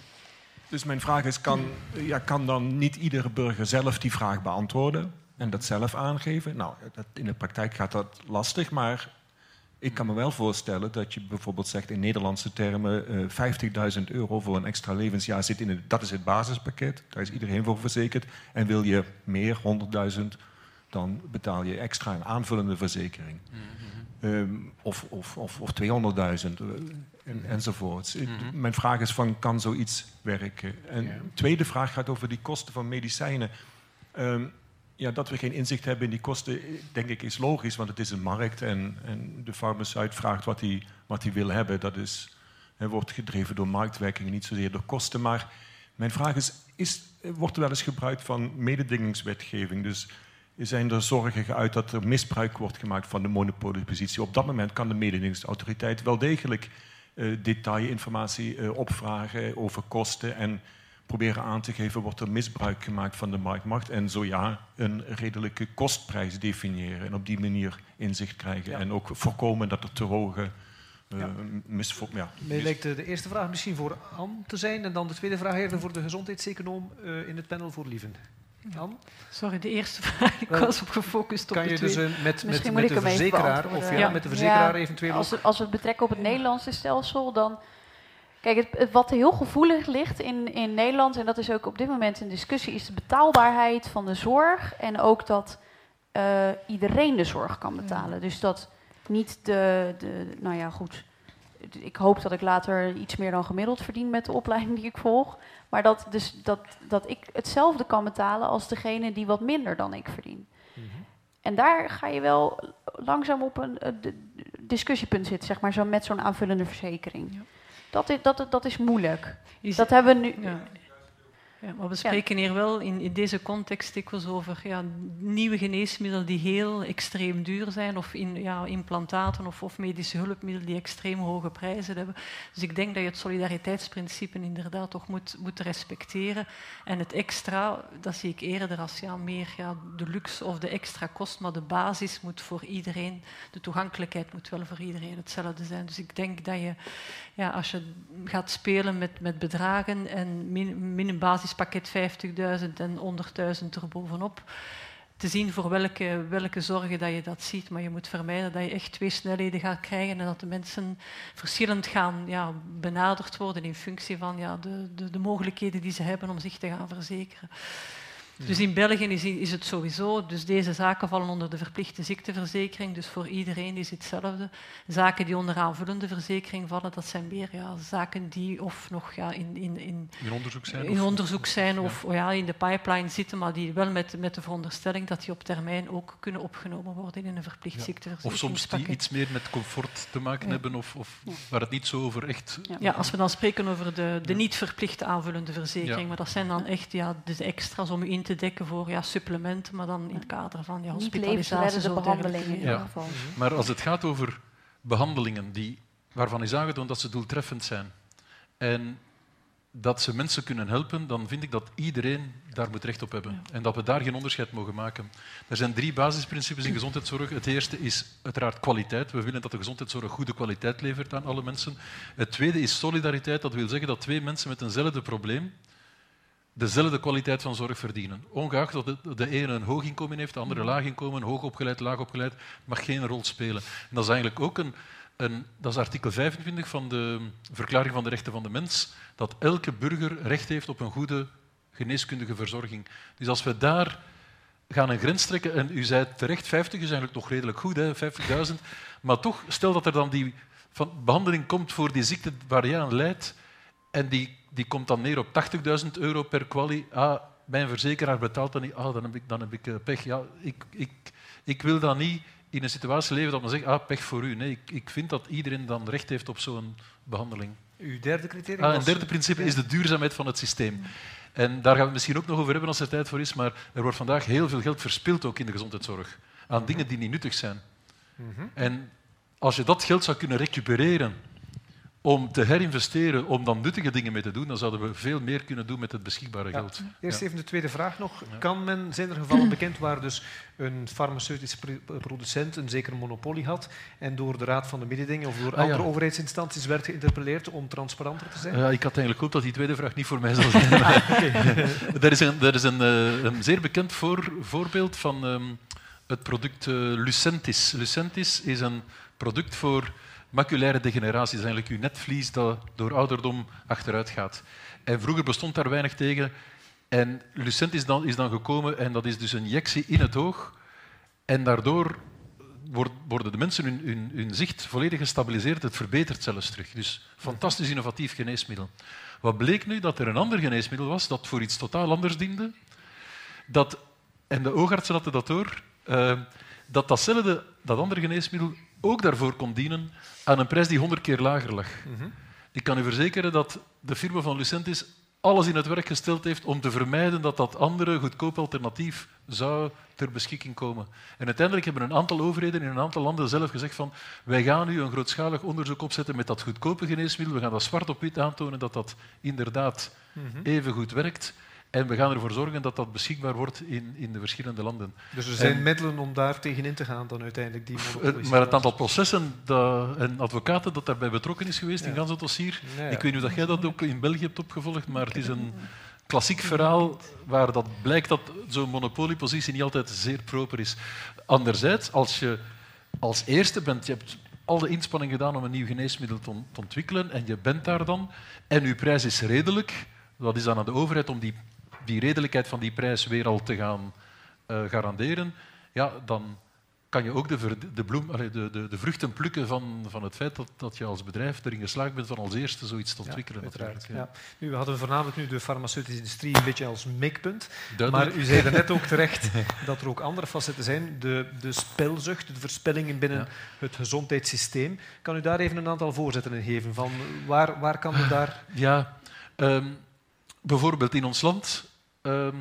Dus mijn vraag is, kan, ja, kan dan niet iedere burger zelf die vraag beantwoorden en dat zelf aangeven? Nou, dat, in de praktijk gaat dat lastig, maar ik kan me wel voorstellen dat je bijvoorbeeld zegt in Nederlandse termen uh, vijftigduizend euro voor een extra levensjaar zit in het, dat is het basispakket, daar is iedereen voor verzekerd. En wil je meer, honderdduizend, dan betaal je extra een aanvullende verzekering. Mm-hmm. Um, of of, of, of tweehonderdduizend. En, enzovoorts. Mm-hmm. Mijn vraag is van, kan zoiets werken? En de ja. tweede vraag gaat over die kosten van medicijnen. Um, ja, dat we geen inzicht hebben in die kosten, denk ik, is logisch, want het is een markt en, en de farmaceut vraagt wat hij, wat hij wil hebben. Dat is, he, wordt gedreven door marktwerking, niet zozeer door kosten. Maar mijn vraag is, is wordt er wel eens gebruik van mededingingswetgeving? Dus zijn er zorgen geuit dat er misbruik wordt gemaakt van de monopoliepositie? Op dat moment kan de mededingingsautoriteit wel degelijk Uh, detailinformatie uh, opvragen over kosten en proberen aan te geven, wordt er misbruik gemaakt van de marktmacht en zo ja, een redelijke kostprijs definiëren en op die manier inzicht krijgen ja. en ook voorkomen dat er te hoge uh, ja. misvo- ja, Mij mis- lijkt de eerste vraag misschien voor Anne te zijn en dan de tweede vraag eerder voor de gezondheidseconoom uh, in het panel voor Lieven. Anne? Sorry, de eerste vraag. Ik was op gefocust op kan de je tweede. Dus uh, met, met, met de verzekeraar of ja, ja. met de verzekeraar ja, eventueel als we, als we het betrekken op het Nederlandse stelsel, dan kijk, het, het, wat heel gevoelig ligt in, in Nederland, en dat is ook op dit moment een discussie, is de betaalbaarheid van de zorg en ook dat uh, iedereen de zorg kan betalen. Ja. Dus dat niet de, de, nou ja, goed. Ik hoop dat ik later iets meer dan gemiddeld verdien met de opleiding die ik volg. Maar dat, dus dat, dat ik hetzelfde kan betalen als degene die wat minder dan ik verdien. Mm-hmm. En daar ga je wel langzaam op een uh, discussiepunt zitten, zeg maar, zo met zo'n aanvullende verzekering. Ja. Dat, is, dat, dat is moeilijk. Is dat hebben we nu... Ja. Ja, maar we spreken hier wel in, in deze context dikwijls over ja, nieuwe geneesmiddelen die heel extreem duur zijn, of in, ja, implantaten of, of medische hulpmiddelen die extreem hoge prijzen hebben. Dus ik denk dat je het solidariteitsprincipe inderdaad toch moet, moet respecteren. En het extra, dat zie ik eerder als ja, meer ja, de luxe of de extra kost, maar de basis moet voor iedereen, de toegankelijkheid moet wel voor iedereen hetzelfde zijn. Dus ik denk dat je, ja, als je gaat spelen met, met bedragen en min, min een basis pakket vijftigduizend en honderdduizend erbovenop, te zien voor welke, welke zorgen dat je dat ziet. Maar je moet vermijden dat je echt twee snelheden gaat krijgen en dat de mensen verschillend gaan ja, benaderd worden in functie van ja, de, de, de mogelijkheden die ze hebben om zich te gaan verzekeren. Dus in België is, is het sowieso, dus deze zaken vallen onder de verplichte ziekteverzekering, dus voor iedereen is hetzelfde. Zaken die onder aanvullende verzekering vallen, dat zijn meer ja, zaken die of nog ja, in, in, in, in onderzoek zijn, in of, onderzoek zijn ja. of ja, in de pipeline zitten, maar die wel met, met de veronderstelling dat die op termijn ook kunnen opgenomen worden in een verplicht ja. ziekteverzekeringspakket. Of soms die iets meer met comfort te maken ja. hebben, of, of Ja. waar het niet zo over echt... Ja. Ja, als we dan spreken over de, de niet verplichte aanvullende verzekering, Ja. maar dat zijn dan echt ja, de extra's om u in te dekken voor ja, supplementen, maar dan in het kader van ja, Niet hospitalisaties levensreddende of behandelingen in dergelijke. ieder Ja. geval. Maar als het gaat over behandelingen die, waarvan is aangetoond dat ze doeltreffend zijn en dat ze mensen kunnen helpen, dan vind ik dat iedereen daar moet recht op hebben. Ja. En dat we daar geen onderscheid mogen maken. Er zijn drie basisprincipes in gezondheidszorg. Het eerste is uiteraard kwaliteit. We willen dat de gezondheidszorg goede kwaliteit levert aan alle mensen. Het tweede is solidariteit. Dat wil zeggen dat twee mensen met eenzelfde probleem dezelfde kwaliteit van zorg verdienen. Ongeacht dat de, de ene een hoog inkomen heeft, de andere laag inkomen, hoog opgeleid, laag opgeleid, mag geen rol spelen. En dat is eigenlijk ook een, een dat is artikel vijfentwintig van de Verklaring van de Rechten van de Mens, dat elke burger recht heeft op een goede geneeskundige verzorging. Dus als we daar gaan een grens trekken, en u zei terecht, vijftig is eigenlijk nog redelijk goed, hè, vijftigduizend, maar toch, stel dat er dan die van behandeling komt voor die ziekte waar jij aan lijdt, en die, die komt dan neer op tachtigduizend euro per kwalie. Ah, mijn verzekeraar betaalt dat niet. Ah, dan heb ik, dan heb ik uh, pech. Ja, ik, ik, ik wil dan niet in een situatie leven dat men zegt, ah, pech voor u. Nee, ik, ik vind dat iedereen dan recht heeft op zo'n behandeling. Uw derde criterium Ah, was... een derde principe is de duurzaamheid van het systeem. En daar gaan we het misschien ook nog over hebben als er tijd voor is, maar er wordt vandaag heel veel geld verspild ook in de gezondheidszorg. Aan dingen die niet nuttig zijn. Mm-hmm. En als je dat geld zou kunnen recupereren om te herinvesteren, om dan nuttige dingen mee te doen, dan zouden we veel meer kunnen doen met het beschikbare Ja. geld. Eerst Ja. even de tweede vraag nog. Ja. Kan men, zijn er gevallen bekend waar dus een farmaceutische pro- producent een zekere monopolie had en door de Raad van de Mededinging of door Ah, ja. andere overheidsinstanties werd geïnterpelleerd om transparanter te zijn? Ja, ik had eigenlijk gehoopt dat die tweede vraag niet voor mij zou zijn. er is een, er is een, uh, een zeer bekend voor, voorbeeld van um, het product uh, Lucentis. Lucentis is een product voor maculaire degeneratie. Dat is eigenlijk uw netvlies dat door ouderdom achteruit gaat. En vroeger bestond daar weinig tegen. En Lucentis dan, is dan gekomen en dat is dus een injectie in het oog. En daardoor worden de mensen hun, hun, hun zicht volledig gestabiliseerd. Het verbetert zelfs terug. Dus fantastisch innovatief geneesmiddel. Wat bleek nu? Dat er een ander geneesmiddel was dat voor iets totaal anders diende. Dat, en de oogartsen hadden dat door. Uh, dat datzelfde, dat andere geneesmiddel ook daarvoor kon dienen aan een prijs die honderd keer lager lag. Mm-hmm. Ik Ik kan u verzekeren dat de firma van Lucentis alles in het werk gesteld heeft om te vermijden dat dat andere goedkoop alternatief zou ter beschikking komen. En uiteindelijk hebben een aantal overheden in een aantal landen zelf gezegd van wij gaan nu een grootschalig onderzoek opzetten met dat goedkope geneesmiddel, we gaan dat zwart op wit aantonen dat dat inderdaad Mm-hmm. even goed werkt en we gaan ervoor zorgen dat dat beschikbaar wordt in, in de verschillende landen. Dus er zijn En- middelen om daar tegenin te gaan dan uiteindelijk die monopolies. Maar het aantal processen dat, en advocaten dat daarbij betrokken is geweest Ja. in gans het dossier, Ja, ja. ik weet niet of jij dat ook in België hebt opgevolgd, maar het is een klassiek verhaal waar dat blijkt dat zo'n monopoliepositie niet altijd zeer proper is. Anderzijds, als je als eerste bent, je hebt al de inspanning gedaan om een nieuw geneesmiddel te, on- te ontwikkelen en je bent daar dan en je prijs is redelijk, dat is dan aan de overheid om die, die redelijkheid van die prijs weer al te gaan eh, garanderen, ja, dan kan je ook de, ver- de, bloem, allee, de, de, de vruchten plukken van, van het feit dat, dat je als bedrijf erin geslaagd bent van als eerste zoiets te ontwikkelen. Ja, uiteraard. natuurlijk, Ja. Nu, we hadden voornamelijk nu de farmaceutische industrie een beetje als mikpunt. Duidelijk. Maar u zei er net ook terecht dat er ook andere facetten zijn. De, de spelzucht, de verspillingen binnen Ja. het gezondheidssysteem. Kan u daar even een aantal voorzetten in geven? Van waar, waar kan men daar... Ja, ehm, bijvoorbeeld in ons land, ehm,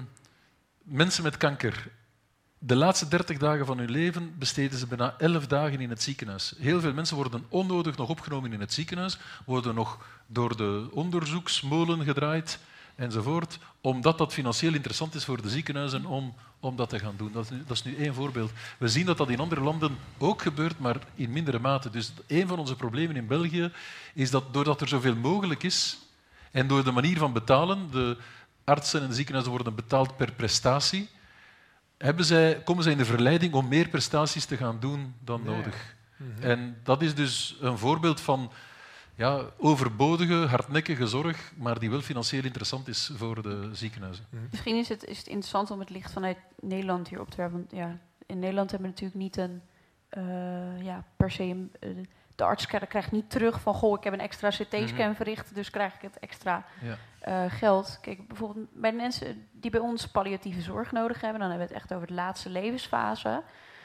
mensen met kanker. De laatste dertig dagen van hun leven besteden ze bijna elf dagen in het ziekenhuis. Heel veel mensen worden onnodig nog opgenomen in het ziekenhuis, worden nog door de onderzoeksmolen gedraaid enzovoort, omdat dat financieel interessant is voor de ziekenhuizen om, om dat te gaan doen. Dat is, nu, dat is nu één voorbeeld. We zien dat dat in andere landen ook gebeurt, maar in mindere mate. Dus een van onze problemen in België is dat doordat er zoveel mogelijk is en door de manier van betalen, de artsen en de ziekenhuizen worden betaald per prestatie, hebben zij, komen zij in de verleiding om meer prestaties te gaan doen dan Ja. nodig. Mhm. En dat is dus een voorbeeld van ja, overbodige, hardnekkige zorg, maar die wel financieel interessant is voor de ziekenhuizen. Mm-hmm. Misschien is het, is het interessant om het licht vanuit Nederland hier op te werpen. Want ja, in Nederland hebben we natuurlijk niet een, uh, ja, per se een, uh, de arts krijgt niet terug van, goh, ik heb een extra C T-scan mm-hmm. verricht, dus krijg ik het extra ja. uh, geld. Kijk, bijvoorbeeld bij de mensen die bij ons palliatieve zorg nodig hebben, dan hebben we het echt over de laatste levensfase.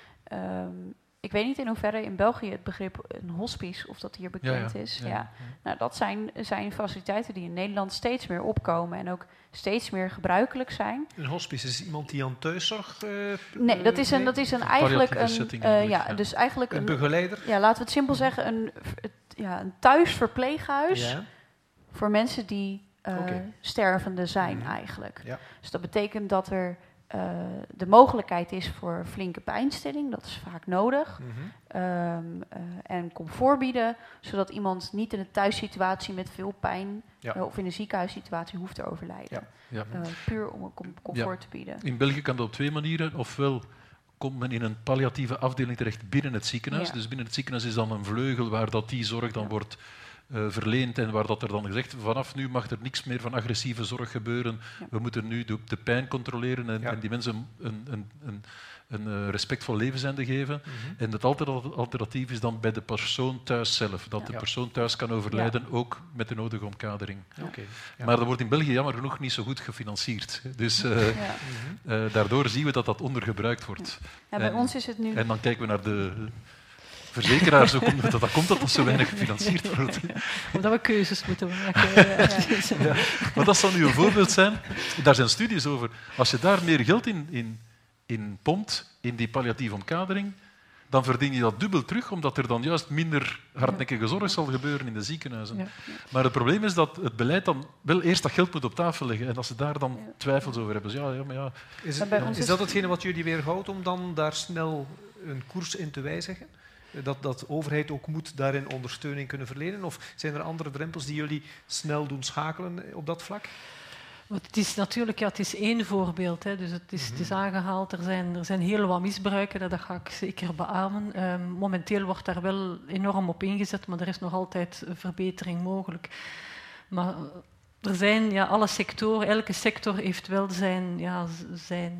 Um, Ik weet niet in hoeverre in België het begrip een hospice, of dat hier bekend ja, ja. is. Ja. Ja. Nou, dat zijn, zijn faciliteiten die in Nederland steeds meer opkomen en ook steeds meer gebruikelijk zijn. Een hospice is iemand die aan thuiszorg... Uh, nee, dat is een, dat is een eigenlijk een, setting, uh, ja, ja. Dus eigenlijk een, een begeleider. Ja, laten we het simpel zeggen, een, ja, een thuisverpleeghuis ja. voor mensen die uh, okay. stervende zijn mm. eigenlijk. Ja. Dus dat betekent dat er Uh, de mogelijkheid is voor flinke pijnstilling, dat is vaak nodig. Mm-hmm. um, uh, en comfort bieden, zodat iemand niet in een thuissituatie met veel pijn ja. uh, of in een ziekenhuissituatie hoeft te overlijden. Ja. Ja. Uh, puur om een com- comfort ja. te bieden. In België kan dat op twee manieren. Ofwel komt men in een palliatieve afdeling terecht binnen het ziekenhuis. Ja. Dus binnen het ziekenhuis is dan een vleugel waar dat die zorg dan ja. wordt Uh, verleend en waar dat er dan gezegd, vanaf nu mag er niks meer van agressieve zorg gebeuren. Ja. We moeten nu de, de pijn controleren en, ja. en die mensen een, een, een, een uh, respectvol levenseinde geven. Mm-hmm. En het alternatief is dan bij de persoon thuis zelf. Dat ja. de persoon thuis kan overlijden, ja. ook met de nodige omkadering. Ja. Okay. Ja. Maar dat wordt in België jammer genoeg niet zo goed gefinancierd. Dus uh, ja. uh, daardoor zien we dat dat ondergebruikt wordt. Ja, bij en, ons is het nu... En dan kijken we naar de... verzekeraars, hoe komt het dat dat komt dat dat zo weinig gefinancierd wordt? Omdat we keuzes moeten maken. Ja. Ja. Maar dat zal nu een voorbeeld zijn. Daar zijn studies over. Als je daar meer geld in, in, in pompt, in die palliatieve omkadering, dan verdien je dat dubbel terug, omdat er dan juist minder hardnekkige zorg zal gebeuren in de ziekenhuizen. Ja. Maar het probleem is dat het beleid dan wel eerst dat geld moet op tafel leggen en als ze daar dan twijfels over hebben. Dus ja, ja, maar ja. Is, het, ja. is dat hetgene wat jullie weerhoudt om dan daar snel een koers in te wijzigen? Dat, dat de overheid ook moet daarin ondersteuning kunnen verlenen? Of zijn er andere drempels die jullie snel doen schakelen op dat vlak? Het is natuurlijk ja, het is één voorbeeld. Hè. Dus het, is, mm-hmm. het is aangehaald. Er zijn, er zijn heel wat misbruiken, dat ga ik zeker beamen. Um, momenteel wordt daar wel enorm op ingezet, maar er is nog altijd verbetering mogelijk. Maar er zijn ja, alle sectoren, elke sector heeft wel zijn, ja, zijn,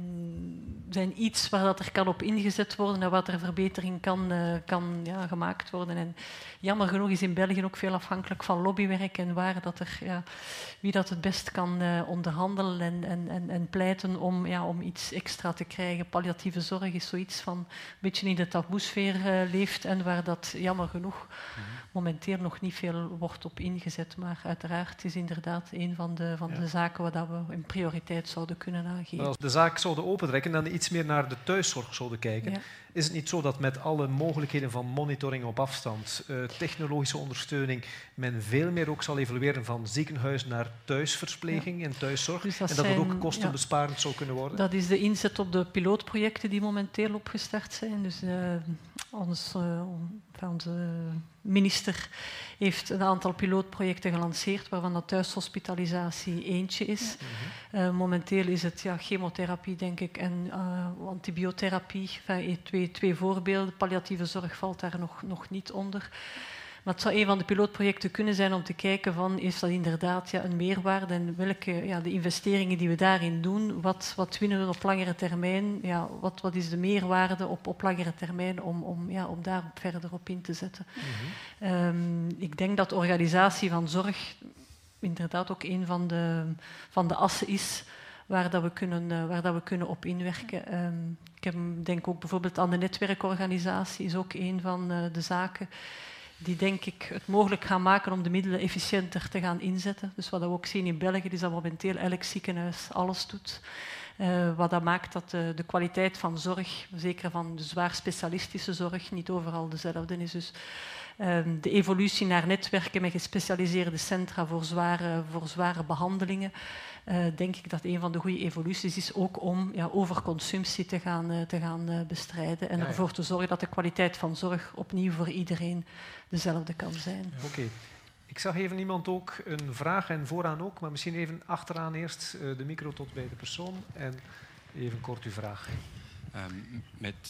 zijn iets waar dat er kan op ingezet worden en wat er verbetering kan, uh, kan ja, gemaakt worden. En jammer genoeg is in België ook veel afhankelijk van lobbywerk en waar dat er, ja, wie dat het best kan uh, onderhandelen en, en, en, en pleiten om, ja, om iets extra te krijgen. Palliatieve zorg is zoiets van een beetje in de taboesfeer uh, leeft en waar dat jammer genoeg mm-hmm. momenteel nog niet veel wordt op ingezet. Maar uiteraard is inderdaad een van de, van ja. de zaken waar we een prioriteit zouden kunnen aangeven. Als de zaak zouden opentrekken en dan iets meer naar de thuiszorg zouden kijken, ja. is het niet zo dat met alle mogelijkheden van monitoring op afstand, uh, technologische ondersteuning, men veel meer ook zal evalueren van ziekenhuis naar thuisverpleging ja. en thuiszorg dus dat en dat zijn, het ook kostenbesparend ja, zou kunnen worden? Dat is de inzet op de pilootprojecten die momenteel opgestart zijn. Dus uh, ons, uh, onze minister heeft een aantal pilootprojecten gelanceerd, waarvan dat thuishospitalisatie eentje is. Ja. Mm-hmm. Uh, momenteel is het ja, chemotherapie, denk ik, en uh, antibiotherapie. Enfin, twee, twee voorbeelden. Palliatieve zorg valt daar nog, nog niet onder. Maar het zou een van de pilootprojecten kunnen zijn om te kijken van, is dat inderdaad ja, een meerwaarde en welke ja, de investeringen die we daarin doen, wat, wat winnen we op langere termijn, ja, wat, wat is de meerwaarde op, op langere termijn om, om, ja, om daar verder op in te zetten. Mm-hmm. Um, ik denk dat de organisatie van zorg inderdaad ook een van de, van de assen is waar, dat we, kunnen, uh, waar dat we kunnen op inwerken. Um, ik heb, denk ook bijvoorbeeld aan de netwerkorganisatie, is ook een van uh, de zaken die denk ik het mogelijk gaan maken om de middelen efficiënter te gaan inzetten. Dus wat we ook zien in België is dat momenteel elk ziekenhuis alles doet. Uh, wat dat maakt dat de, de kwaliteit van zorg, zeker van de zwaar specialistische zorg, niet overal dezelfde is. Dus uh, de evolutie naar netwerken met gespecialiseerde centra voor zware, voor zware behandelingen, uh, denk ik dat een van de goede evoluties is ook om ja, overconsumptie te gaan, uh, te gaan uh, bestrijden en ja, ja. ervoor te zorgen dat de kwaliteit van zorg opnieuw voor iedereen dezelfde kan zijn. Ja. Oké. Okay. Ik zag even iemand ook een vraag en vooraan ook, maar misschien even achteraan eerst uh, de micro tot bij de persoon en even kort uw vraag. Um, met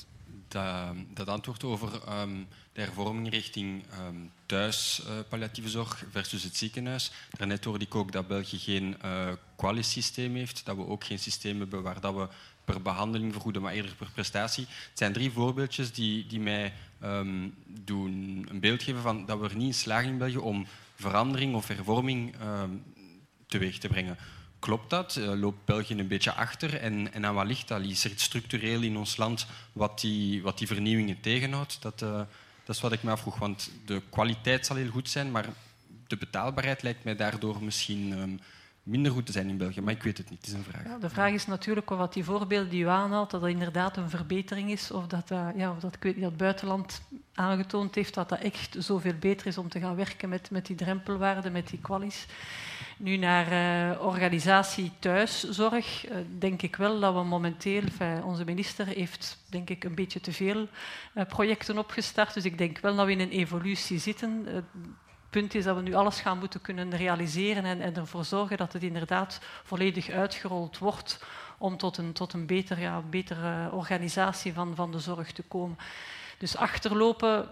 dat, dat antwoord over um, de hervorming richting um, thuis uh, palliatieve zorg versus het ziekenhuis. Daarnet hoorde ik ook dat België geen uh, qualis-systeem heeft, dat we ook geen systeem hebben waar dat we per behandeling vergoeden, maar eerder per prestatie. Het zijn drie voorbeeldjes die, die mij um, doen een beeld geven van dat we er niet in slagen in België om verandering of hervorming um, teweeg te brengen. Klopt dat? Uh, loopt België een beetje achter? En, en aan wat ligt dat? Is er iets structureel in ons land wat die, wat die vernieuwingen tegenhoudt? Dat, uh, dat is wat ik me afvroeg. Want de kwaliteit zal heel goed zijn, maar de betaalbaarheid lijkt mij daardoor misschien um, minder goed te zijn in België. Maar ik weet het niet, het is een vraag. Ja, de vraag is natuurlijk of wat die voorbeelden die u aanhaalt, dat dat inderdaad een verbetering is, of dat, uh, ja, of dat, ik weet niet, dat het buitenland aangetoond heeft dat dat echt zoveel beter is om te gaan werken met, met die drempelwaarden, met die kwalis. Nu naar uh, organisatie thuiszorg, uh, denk ik wel dat we momenteel, enfin, onze minister heeft denk ik een beetje te veel uh, projecten opgestart, dus ik denk wel dat we in een evolutie zitten. Uh, Het punt is dat we nu alles gaan moeten kunnen realiseren en, en ervoor zorgen dat het inderdaad volledig uitgerold wordt om tot een, tot een beter, ja, betere organisatie van, van de zorg te komen. Dus achterlopen,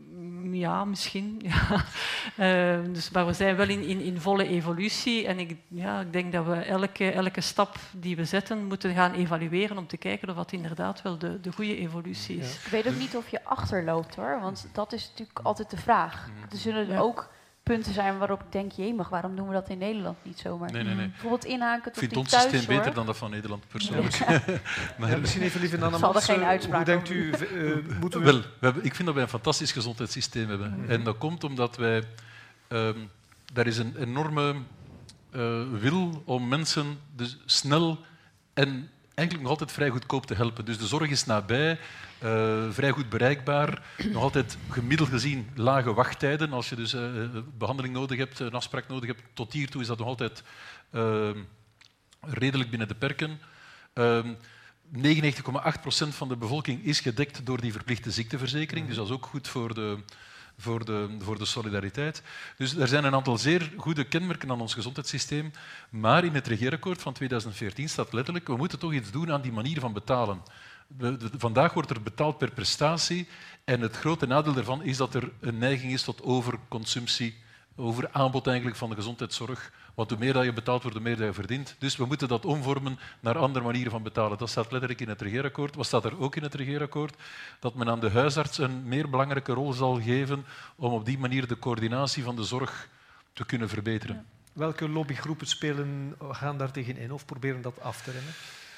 ja, misschien. Ja. Uh, dus, maar we zijn wel in, in, in volle evolutie en ik, ja, ik denk dat we elke, elke stap die we zetten moeten gaan evalueren om te kijken of dat inderdaad wel de, de goede evolutie is. Ja. Ik weet ook niet of je achterloopt hoor, want dat is natuurlijk altijd de vraag. Er zullen ja. ook punten zijn waarop ik denk, jemig, waarom doen we dat in Nederland niet zomaar? Nee, nee, nee. Bijvoorbeeld inhaken tot die thuiszorg. thuiszorg. Ik vind ons systeem beter dan dat van Nederland, persoonlijk. Ja. maar ja, misschien even liever naar Mats. Hoe denkt u, uh, moeten we... Wel, we hebben, ik vind dat wij een fantastisch gezondheidssysteem hebben. Mm-hmm. En dat komt omdat wij... Um, daar is een enorme uh, wil om mensen dus snel en eigenlijk nog altijd vrij goedkoop te helpen. Dus de zorg is nabij, uh, vrij goed bereikbaar, nog altijd gemiddeld gezien lage wachttijden. Als je dus uh, behandeling nodig hebt, een afspraak nodig hebt, tot hiertoe is dat nog altijd uh, redelijk binnen de perken. Uh, negenennegentig komma acht procent van de bevolking is gedekt door die verplichte ziekteverzekering, dus dat is ook goed voor de... Voor de, voor de solidariteit. Dus er zijn een aantal zeer goede kenmerken aan ons gezondheidssysteem, maar in het regeerakkoord van tweeduizend veertien staat letterlijk we moeten toch iets doen aan die manier van betalen. We, de, vandaag wordt er betaald per prestatie en het grote nadeel daarvan is dat er een neiging is tot overconsumptie, over aanbod eigenlijk van de gezondheidszorg. Want hoe meer dat je betaalt wordt, hoe meer dat je verdient. Dus we moeten dat omvormen naar andere manieren van betalen. Dat staat letterlijk in het regeerakkoord. Wat staat er ook in het regeerakkoord? Dat men aan de huisarts een meer belangrijke rol zal geven om op die manier de coördinatie van de zorg te kunnen verbeteren. Ja. Welke lobbygroepen spelen, gaan daar tegen in of proberen dat af te remmen?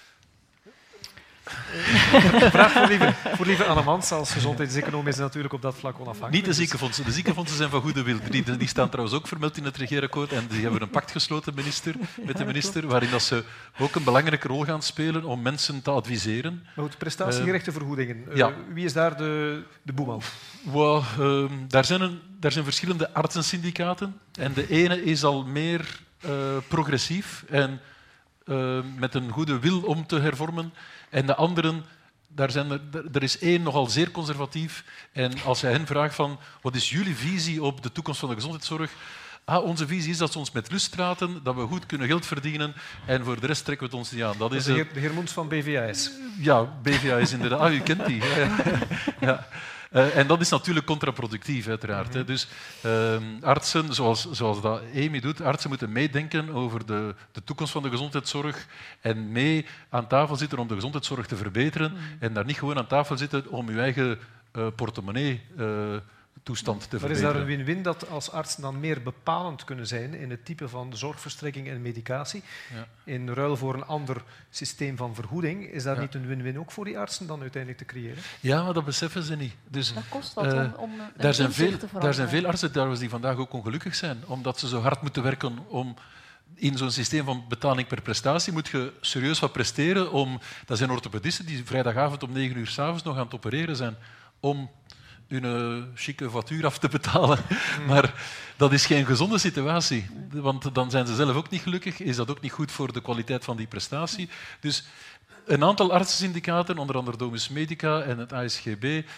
Vraag voor lieve, voor lieve Annemans. Als gezondheidseconoom is natuurlijk op dat vlak onafhankelijk. Niet de ziekenfondsen. De ziekenfondsen zijn van goede wil. Die, die staan trouwens ook vermeld in het regeerakkoord en die hebben een pact gesloten minister, met de minister, waarin dat ze ook een belangrijke rol gaan spelen om mensen te adviseren. Maar goed, prestatiegerichte uh, vergoedingen. Uh, ja. Wie is daar de, de boeman? Well, uh, daar, zijn een, daar zijn verschillende artsensyndicaten en de ene is al meer uh, progressief en uh, met een goede wil om te hervormen. En de anderen, daar zijn er, er is één nogal zeer conservatief. En als je hen vraagt van, wat is jullie visie op de toekomst van de gezondheidszorg? Ah, onze visie is dat ze ons met lust laten, dat we goed kunnen geld verdienen en voor de rest trekken we het ons niet aan. Dat is de heer, de heer Moens van B V A S. Ja, B V A S inderdaad. Ah, u kent die. Ja, ja. Ja. Uh, en dat is natuurlijk contraproductief, uiteraard. Mm-hmm. Hè. Dus uh, artsen, zoals, zoals dat Amy doet, artsen moeten meedenken over de, de toekomst van de gezondheidszorg en mee aan tafel zitten om de gezondheidszorg te verbeteren mm-hmm. en daar niet gewoon aan tafel zitten om uw eigen uh, portemonnee uh, toestand te verbeteren. Maar is daar een win-win dat als artsen dan meer bepalend kunnen zijn in het type van zorgverstrekking en medicatie, ja. in ruil voor een ander systeem van vergoeding, is daar ja. niet een win-win ook voor die artsen dan uiteindelijk te creëren? Ja, maar dat beseffen ze niet. Dus, dat kost wat uh, om, om een daar, zijn veel, daar zijn veel artsen trouwens die vandaag ook ongelukkig zijn, omdat ze zo hard moeten werken om... In zo'n systeem van betaling per prestatie moet je serieus wat presteren om... Dat zijn orthopedisten die vrijdagavond om negen uur 's avonds nog aan het opereren zijn om hun chique voituur af te betalen. Mm. Maar dat is geen gezonde situatie, want dan zijn ze zelf ook niet gelukkig. Is dat ook niet goed voor de kwaliteit van die prestatie? Dus een aantal artsensyndicaten, onder andere Domus Medica en het A S G B,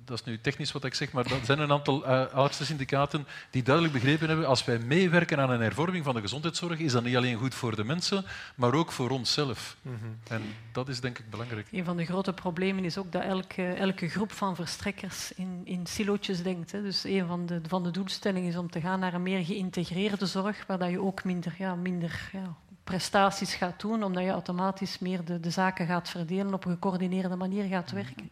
dat is nu technisch wat ik zeg, maar er zijn een aantal uh, artsensyndicaten die duidelijk begrepen hebben, als wij meewerken aan een hervorming van de gezondheidszorg, is dat niet alleen goed voor de mensen, maar ook voor onszelf. Mm-hmm. En dat is denk ik belangrijk. Een van de grote problemen is ook dat elke, elke groep van verstrekkers in, in silootjes denkt. Hè. Dus een van de, van de doelstellingen is om te gaan naar een meer geïntegreerde zorg, waar dat je ook minder, ja, minder ja, prestaties gaat doen, omdat je automatisch meer de, de zaken gaat verdelen, op een gecoördineerde manier gaat werken.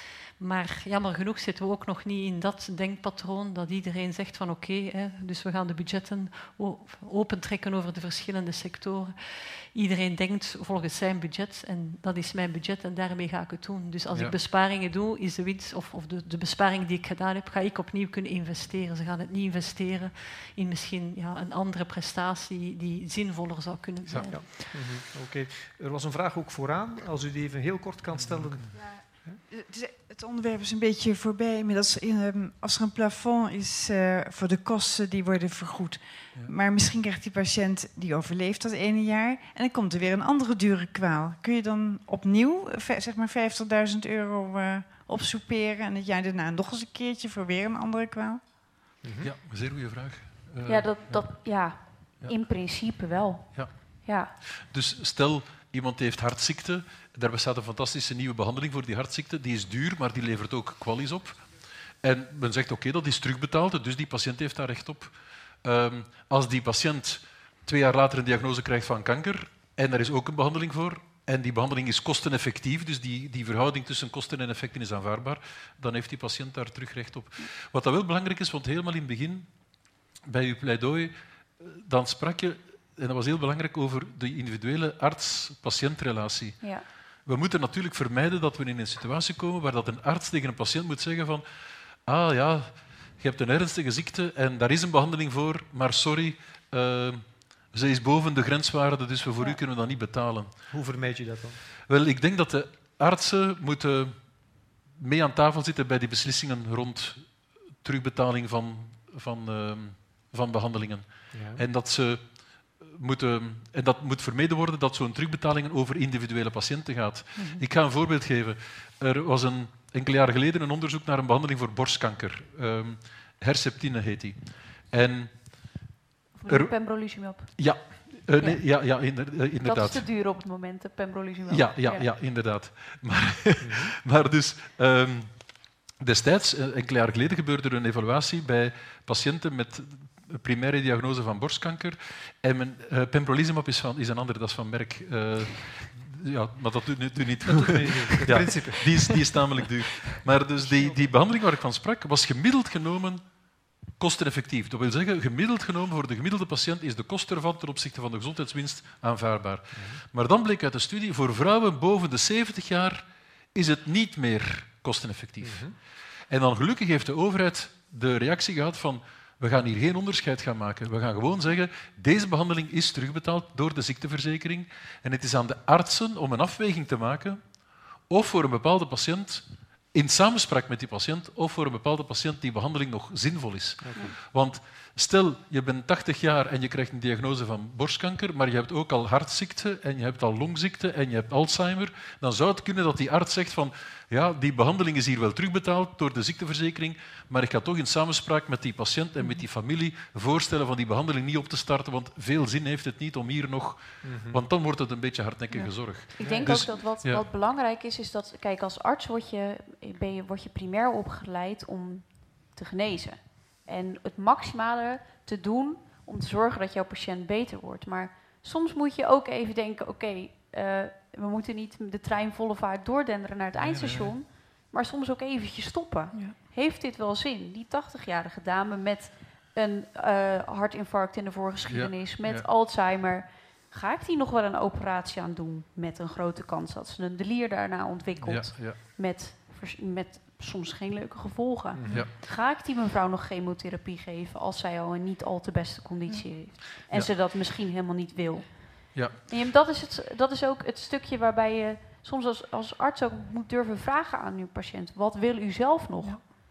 Maar jammer genoeg zitten we ook nog niet in dat denkpatroon dat iedereen zegt van oké, okay, dus we gaan de budgetten opentrekken over de verschillende sectoren. Iedereen denkt volgens zijn budget en dat is mijn budget en daarmee ga ik het doen. Dus als ja. ik besparingen doe, is de winst of, of de, de besparing die ik gedaan heb, ga ik opnieuw kunnen investeren. Ze gaan het niet investeren in misschien ja, een andere prestatie die zinvoller zou kunnen zijn. Ja. Ja. Mm-hmm. Oké. Okay. Er was een vraag ook vooraan, als u die even heel kort kan stellen. Ja. Het onderwerp is een beetje voorbij. Inmiddels, als er een plafond is uh, voor de kosten, die worden vergoed. Ja. Maar misschien krijgt die patiënt, die overleeft dat ene jaar, en dan komt er weer een andere dure kwaal. Kun je dan opnieuw zeg maar vijftigduizend euro uh, opsoeperen en het jaar daarna nog eens een keertje voor weer een andere kwaal? Mm-hmm. Ja, een zeer goede vraag. Uh, ja, dat, dat, ja, ja, in principe wel. Ja. Ja. Dus stel, iemand heeft hartziekte. Daar bestaat een fantastische nieuwe behandeling voor die hartziekte. Die is duur, maar die levert ook kwalis op. En men zegt, oké, okay, dat is terugbetaald, dus die patiënt heeft daar recht op. Um, als die patiënt twee jaar later een diagnose krijgt van kanker, en er is ook een behandeling voor, en die behandeling is kosteneffectief, dus die, die verhouding tussen kosten en effecten is aanvaardbaar, dan heeft die patiënt daar terug recht op. Wat dat wel belangrijk is, want helemaal in het begin, bij uw pleidooi, dan sprak je, en dat was heel belangrijk, over de individuele arts-patiëntrelatie. Ja. We moeten natuurlijk vermijden dat we in een situatie komen waar dat een arts tegen een patiënt moet zeggen van ah ja, je hebt een ernstige ziekte en daar is een behandeling voor, maar sorry, uh, ze is boven de grenswaarde, dus we voor ja. u kunnen dat niet betalen. Hoe vermijd je dat dan? Wel, ik denk dat de artsen moeten mee aan tafel zitten bij die beslissingen rond terugbetaling van, van, uh, van behandelingen. Ja. En dat ze moeten, en dat moet vermeden worden dat zo'n terugbetalingen over individuele patiënten gaat. Mm-hmm. Ik ga een voorbeeld geven. Er was een, enkele jaren geleden een onderzoek naar een behandeling voor borstkanker. Um, Herceptine heet die. En er, pembrolizumab. Ja, uh, nee, ja. ja, ja inder, uh, inderdaad. Dat is te duur op het moment, de pembrolizumab. Ja, ja, ja. ja inderdaad. Maar, mm-hmm. maar dus... Um, destijds, enkele jaren geleden, gebeurde er een evaluatie bij patiënten met een primaire diagnose van borstkanker. En men, uh, pembrolizumab is, van, is een ander, dat is van Merck. Uh, ja, maar dat doet, doet niet toe. Ja, die, is, die is namelijk duur. Maar dus die, die behandeling waar ik van sprak, was gemiddeld genomen kosteneffectief. Dat wil zeggen, gemiddeld genomen voor de gemiddelde patiënt is de kost ervan ten opzichte van de gezondheidswinst aanvaardbaar. Maar dan bleek uit de studie, voor vrouwen boven de zeventig jaar is het niet meer kosteneffectief. Mm-hmm. En dan gelukkig heeft de overheid de reactie gehad van we gaan hier geen onderscheid gaan maken. We gaan gewoon zeggen, deze behandeling is terugbetaald door de ziekteverzekering en het is aan de artsen om een afweging te maken of voor een bepaalde patiënt, in samenspraak met die patiënt, of voor een bepaalde patiënt die behandeling nog zinvol is. Okay. Want stel, je bent tachtig jaar en je krijgt een diagnose van borstkanker, maar je hebt ook al hartziekte en je hebt al longziekte en je hebt Alzheimer, dan zou het kunnen dat die arts zegt van ja, die behandeling is hier wel terugbetaald door de ziekteverzekering, maar ik ga toch in samenspraak met die patiënt en met die familie voorstellen van die behandeling niet op te starten, want veel zin heeft het niet om hier nog... Mm-hmm. Want dan wordt het een beetje hardnekkige ja. zorg. Ik denk dus, ook dat wat, ja. wat belangrijk is, is dat, kijk, als arts word je, ben je, word je primair opgeleid om te genezen. En het maximale te doen om te zorgen dat jouw patiënt beter wordt. Maar soms moet je ook even denken, oké, okay, uh, we moeten niet de trein volle vaart doordenderen naar het eindstation, nee, nee, nee. maar soms ook eventjes stoppen. Ja. Heeft dit wel zin? Die tachtigjarige dame met een uh, hartinfarct in de voorgeschiedenis, ja, met ja. Alzheimer, ga ik die nog wel een operatie aan doen met een grote kans dat ze een delier daarna ontwikkelt, ja, ja. met, met soms geen leuke gevolgen. Ja. Ga ik die mevrouw nog chemotherapie geven als zij al een niet al te beste conditie ja. heeft en ja. ze dat misschien helemaal niet wil? Ja. En dat, is het, dat is ook het stukje waarbij je soms als, als arts ook moet durven vragen aan uw patiënt. Wat wil u zelf nog? Ja.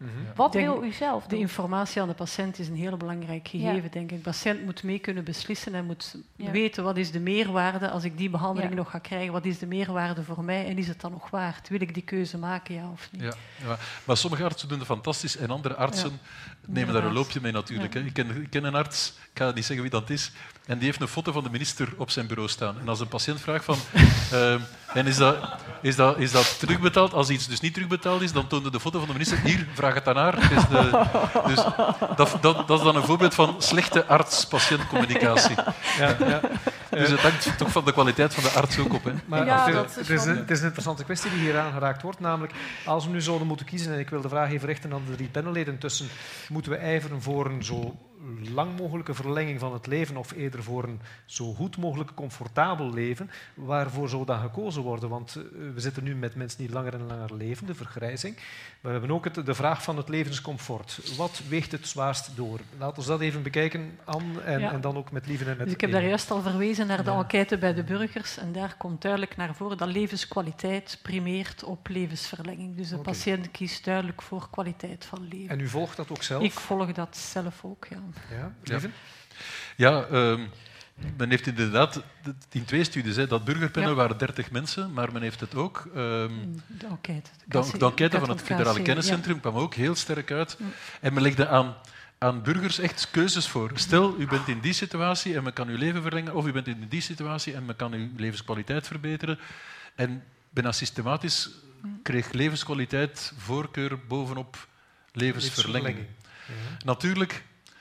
Mm-hmm. Wat denk, wil u zelf doen? De informatie aan de patiënt is een heel belangrijk gegeven, Ja. denk ik. De patiënt moet mee kunnen beslissen en moet Ja. weten wat is de meerwaarde als ik die behandeling Ja. nog ga krijgen. Wat is de meerwaarde voor mij en is het dan nog waard? Wil ik die keuze maken, ja of niet? Ja, ja. Maar sommige artsen doen het fantastisch en andere artsen Ja. nemen daar een Inderdaad. loopje mee natuurlijk. Ja. Hè. Ik, ken, ik ken een arts, ik ga niet zeggen wie dat is, en die heeft een foto van de minister op zijn bureau staan. En als een patiënt vraagt van, uh, en is dat, is, dat, is dat terugbetaald? Als iets dus niet terugbetaald is, dan toonde de foto van de minister, hier, vraag het aan haar. Dus, de, dus dat, dat, dat is dan een voorbeeld van slechte arts-patiëntcommunicatie. Ja, ja. Dus het hangt toch van de kwaliteit van de arts ook op. Hè. Maar Ja, het, dat is, is het, is wel- een, het is een interessante kwestie die hier aangeraakt wordt, namelijk als we nu zouden moeten kiezen, en ik wil de vraag even richten aan de drie panelleden tussen, moeten we ijveren voor een zo lang mogelijke verlenging van het leven of eerder voor een zo goed mogelijk comfortabel leven, waarvoor zou dan gekozen worden? Want uh, we zitten nu met mensen die langer en langer leven, de vergrijzing. We hebben ook het, de vraag van het levenscomfort. Wat weegt het zwaarst door? Laten we dat even bekijken, Anne, en, Ja. en dan ook met Lieven en met Dus ik heb Amy. daar juist al verwezen naar de Ja. enquête bij de burgers en daar komt duidelijk naar voren dat levenskwaliteit primeert op levensverlenging. Dus de Oké. patiënt kiest duidelijk voor kwaliteit van leven. En u volgt dat ook zelf? Ik volg dat zelf ook, ja. Ja, Lieven? Ja, um, men heeft inderdaad in twee studies, hè, dat burgerpanel Ja. waren dertig mensen, maar men heeft het ook... Um, De enquête. de, de enquête van het Federale Kenniscentrum kwam ook heel sterk uit. Mm. En men legde aan, aan burgers echt keuzes voor. Stel, u bent in die situatie en men kan uw leven verlengen, of u bent in die situatie en men kan uw levenskwaliteit verbeteren. En bijna systematisch kreeg levenskwaliteit voorkeur bovenop levensverlenging. Ja. Natuurlijk,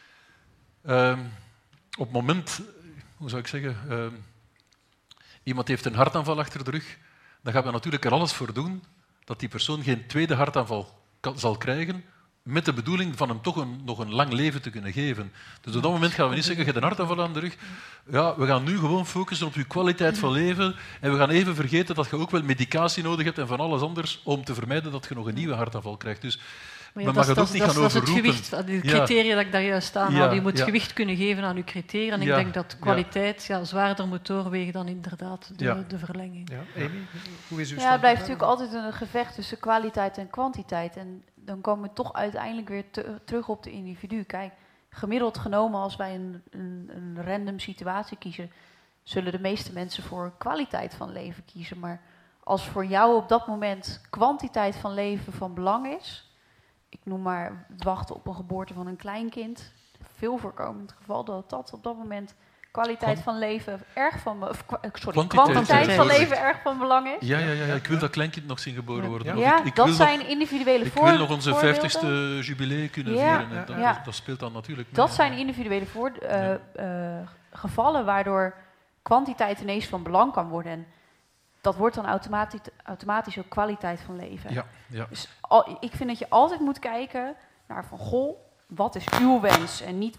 um, op het moment, hoe zou ik zeggen, um, iemand heeft een hartaanval achter de rug, dan gaan we natuurlijk er alles voor doen dat die persoon geen tweede hartaanval kan, zal krijgen, met de bedoeling van hem toch een, nog een lang leven te kunnen geven. Dus op dat moment gaan we niet zeggen, je hebt een hartaanval aan de rug. Ja, we gaan nu gewoon focussen op je kwaliteit van leven en we gaan even vergeten dat je ook wel medicatie nodig hebt en van alles anders om te vermijden dat je nog een nieuwe hartaanval krijgt. Dus Maar men ja, mag het dat, ook niet dat, gaan dat is het overroepen. gewicht, de Ja. criteria dat ik daar juist aanhaalde. Ja, Je moet ja. gewicht kunnen geven aan je criteria. En ik Ja, denk dat kwaliteit ja, zwaarder moet doorwegen dan inderdaad de, Ja. de verlenging. Ja, Amy, hoe is uw Ja, het blijft standpunt natuurlijk altijd een gevecht tussen kwaliteit en kwantiteit. En dan komen we toch uiteindelijk weer te- terug op de individu. Kijk, gemiddeld genomen, als wij een, een, een random situatie kiezen, zullen de meeste mensen voor kwaliteit van leven kiezen. Maar als voor jou op dat moment kwantiteit van leven van belang is, ik noem maar het wachten op een geboorte van een kleinkind, veel voorkomend geval dat dat op dat moment kwaliteit Kwant- van leven erg van be- of kwa- sorry, Kwantiteit. kwantiteit van Kwantiteit. leven erg van belang is. Ja, ja, ja, ja, ik wil dat kleinkind nog zien geboren worden. Of Ja, ik, ik dat wil zijn nog, individuele ik voor- wil nog onze voorbeelden. vijftigste jubilee kunnen Ja, vieren. En dat, ja. dat, dat speelt dan natuurlijk mee. Dat zijn individuele voor, eh, eh, gevallen waardoor kwantiteit ineens van belang kan worden. En dat wordt dan automatisch, automatisch ook kwaliteit van leven. Ja, ja. Dus al, ik vind dat je altijd moet kijken naar van, goh, wat is uw wens en niet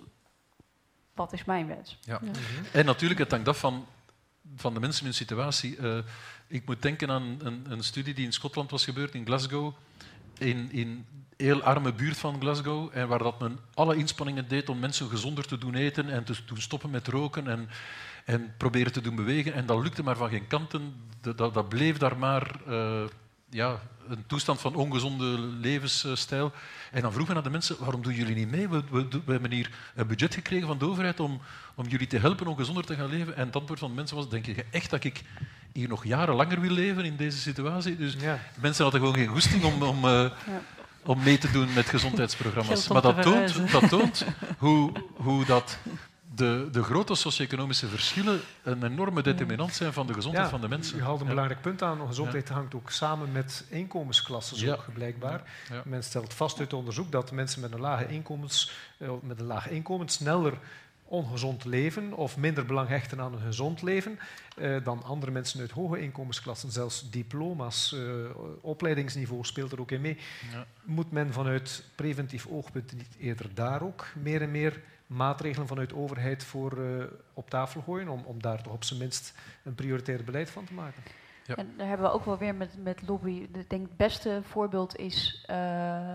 wat is mijn wens. Ja. Ja. En natuurlijk, het hangt af van, van de mensen in hun situatie. Uh, ik moet denken aan een, een studie die in Schotland was gebeurd, in Glasgow, in in heel arme buurt van Glasgow, en waar dat men alle inspanningen deed om mensen gezonder te doen eten en te doen stoppen met roken en, en proberen te doen bewegen. En dat lukte maar van geen kanten. Dat, dat, dat bleef daar maar uh, ja, een toestand van ongezonde levensstijl. En dan vroegen we aan de mensen, waarom doen jullie niet mee? We, we, we hebben hier een budget gekregen van de overheid om, om jullie te helpen om gezonder te gaan leven. En het antwoord van de mensen was, denk je echt dat ik hier nog jaren langer wil leven in deze situatie? Dus Ja. mensen hadden gewoon geen goesting om, om, uh, ja. om mee te doen met gezondheidsprogramma's. Maar dat toont, dat toont hoe, hoe dat de, de grote socio-economische verschillen een enorme determinant zijn van de gezondheid Ja, van de mensen. U haalt een Ja. belangrijk punt aan. Gezondheid ja. hangt ook samen met inkomensklassen, zo Ja. blijkbaar. Ja. Men stelt vast uit onderzoek dat mensen met een lage inkomens, uh, met een laag inkomen sneller ongezond leven of minder belang hechten aan een gezond leven uh, dan andere mensen uit hoge inkomensklassen. Zelfs diploma's, uh, opleidingsniveau speelt er ook in mee. Ja. Moet men vanuit preventief oogpunt niet eerder daar ook meer en meer maatregelen vanuit de overheid voor uh, op tafel gooien, om, om daar toch op zijn minst een prioritair beleid van te maken? Ja. En daar hebben we ook wel weer met, met lobby. Ik denk het beste voorbeeld is uh,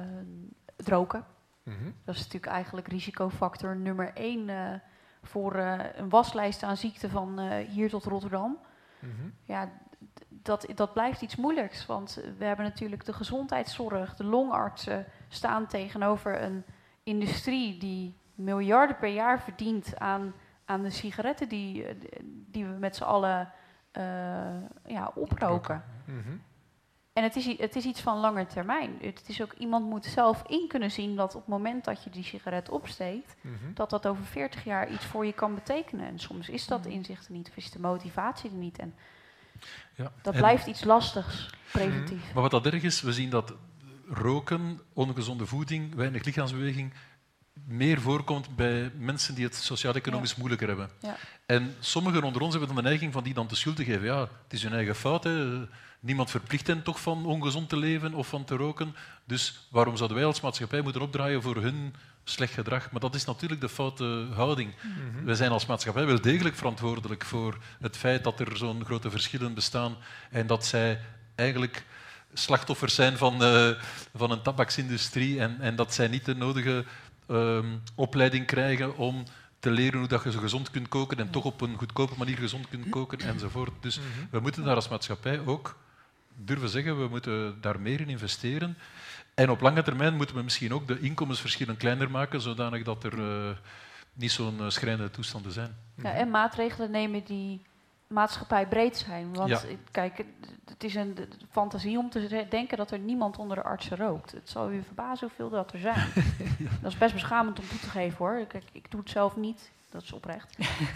het roken. Mm-hmm. Dat is natuurlijk eigenlijk risicofactor nummer één uh, voor uh, een waslijst aan ziekten van uh, hier tot Rotterdam. Mm-hmm. Ja, d- dat, dat blijft iets moeilijks. Want we hebben natuurlijk de gezondheidszorg, de longartsen staan tegenover een industrie die miljarden per jaar verdient aan, aan de sigaretten die, die we met z'n allen uh, ja, oproken. Mm-hmm. En het is, het is iets van lange termijn. Het is ook, iemand moet zelf in kunnen zien dat op het moment dat je die sigaret opsteekt, mm-hmm. dat dat over veertig jaar iets voor je kan betekenen. En soms is dat inzicht er niet, of is de motivatie er niet. En ja. dat en blijft iets lastigs, preventief. Mm-hmm. Maar wat dat erg is, we zien dat roken, ongezonde voeding, weinig lichaamsbeweging meer voorkomt bij mensen die het sociaal-economisch ja. moeilijker hebben. Ja. En sommigen onder ons hebben dan de neiging van die dan de schuld te geven. Ja, het is hun eigen fout, hè. Niemand verplicht hen toch van ongezond te leven of van te roken. Dus waarom zouden wij als maatschappij moeten opdraaien voor hun slecht gedrag? Maar dat is natuurlijk de foute houding. Mm-hmm. Wij zijn als maatschappij wel degelijk verantwoordelijk voor het feit dat er zo'n grote verschillen bestaan en dat zij eigenlijk slachtoffers zijn van, uh, van een tabaksindustrie en, en dat zij niet de nodige uh, opleiding krijgen om te leren hoe dat je zo gezond kunt koken en toch op een goedkope manier gezond kunt koken enzovoort. Dus mm-hmm. we moeten daar als maatschappij ook durven zeggen, we moeten daar meer in investeren. En op lange termijn moeten we misschien ook de inkomensverschillen kleiner maken, zodanig dat er uh, niet zo'n uh, schrijnende toestanden zijn. Ja, en maatregelen nemen die maatschappij breed zijn. Want ja. kijk, het is een fantasie om te denken dat er niemand onder de artsen rookt. Het zal u verbazen hoeveel dat er zijn. Ja. Dat is best beschamend om toe te geven, hoor. Kijk, ik doe het zelf niet, dat is oprecht.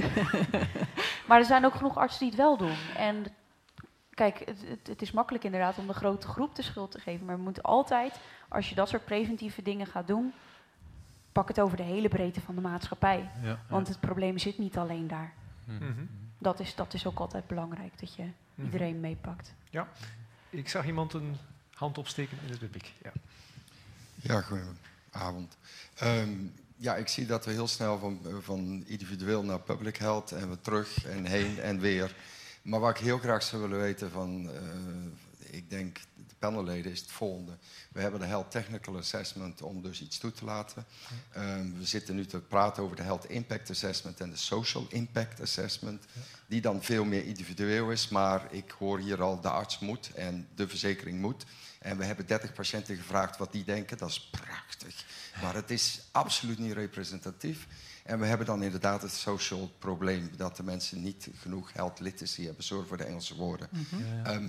Maar er zijn ook genoeg artsen die het wel doen. En kijk, het, het, het is makkelijk inderdaad om de grote groep de schuld te geven. Maar we moeten altijd, als je dat soort preventieve dingen gaat doen, pak het over de hele breedte van de maatschappij. Ja, ja. Want het probleem zit niet alleen daar. Mm-hmm. Dat is, dat is ook altijd belangrijk, dat je mm-hmm. iedereen meepakt. Ja, ik zag iemand een hand opsteken in het publiek. Ja, ja goedenavond. Um, ja, ik zie dat we heel snel van, van individueel naar public health en we terug en heen en weer. Maar wat ik heel graag zou willen weten van, uh, ik denk de panelleden, is het volgende. We hebben de Health Technical Assessment om dus iets toe te laten. Um, we zitten nu te praten over de Health Impact Assessment en de Social Impact Assessment. Die dan veel meer individueel is, maar ik hoor hier al de arts moet en de verzekering moet. En we hebben dertig patiënten gevraagd wat die denken. Dat is prachtig. Maar het is absoluut niet representatief. En we hebben dan inderdaad het social probleem, dat de mensen niet genoeg health literacy hebben. Sorry voor de Engelse woorden. Mm-hmm. Ja, ja. Um,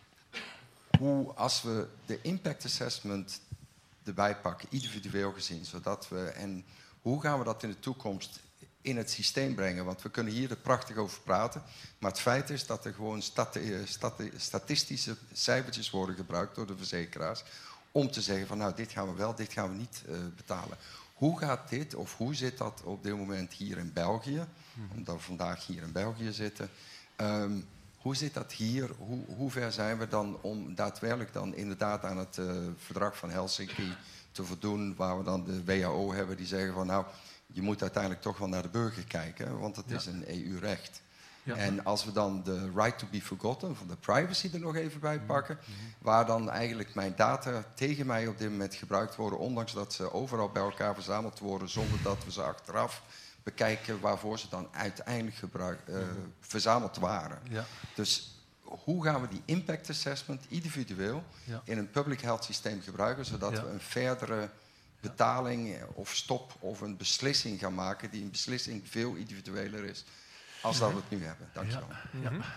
hoe, als we de impact assessment erbij pakken, individueel gezien, zodat we, en hoe gaan we dat in de toekomst in het systeem brengen? Want we kunnen hier er prachtig over praten, maar het feit is dat er gewoon stati- stati- statistische cijfertjes worden gebruikt door de verzekeraars om te zeggen van nou, dit gaan we wel, dit gaan we niet uh, betalen. Hoe gaat dit, of hoe zit dat op dit moment hier in België, mm-hmm. omdat we vandaag hier in België zitten, um, hoe zit dat hier? Hoe, hoe ver zijn we dan om daadwerkelijk dan inderdaad aan het uh, verdrag van Helsinki te voldoen, waar we dan de W H O hebben die zeggen van nou, je moet uiteindelijk toch wel naar de burger kijken, want het ja. is een E U-recht. Ja. En als we dan de right to be forgotten, van de privacy er nog even bij pakken, mm-hmm. waar dan eigenlijk mijn data tegen mij op dit moment gebruikt worden, ondanks dat ze overal bij elkaar verzameld worden, zonder dat we ze achteraf bekijken waarvoor ze dan uiteindelijk gebruik, uh, mm-hmm. verzameld waren. Ja. Dus hoe gaan we die impact assessment individueel ja. in een public health systeem gebruiken, zodat ja. we een verdere betaling of stop of een beslissing gaan maken die een beslissing veel individueler is als dat we het nu hebben. Dank je wel. Ja. Mm-hmm.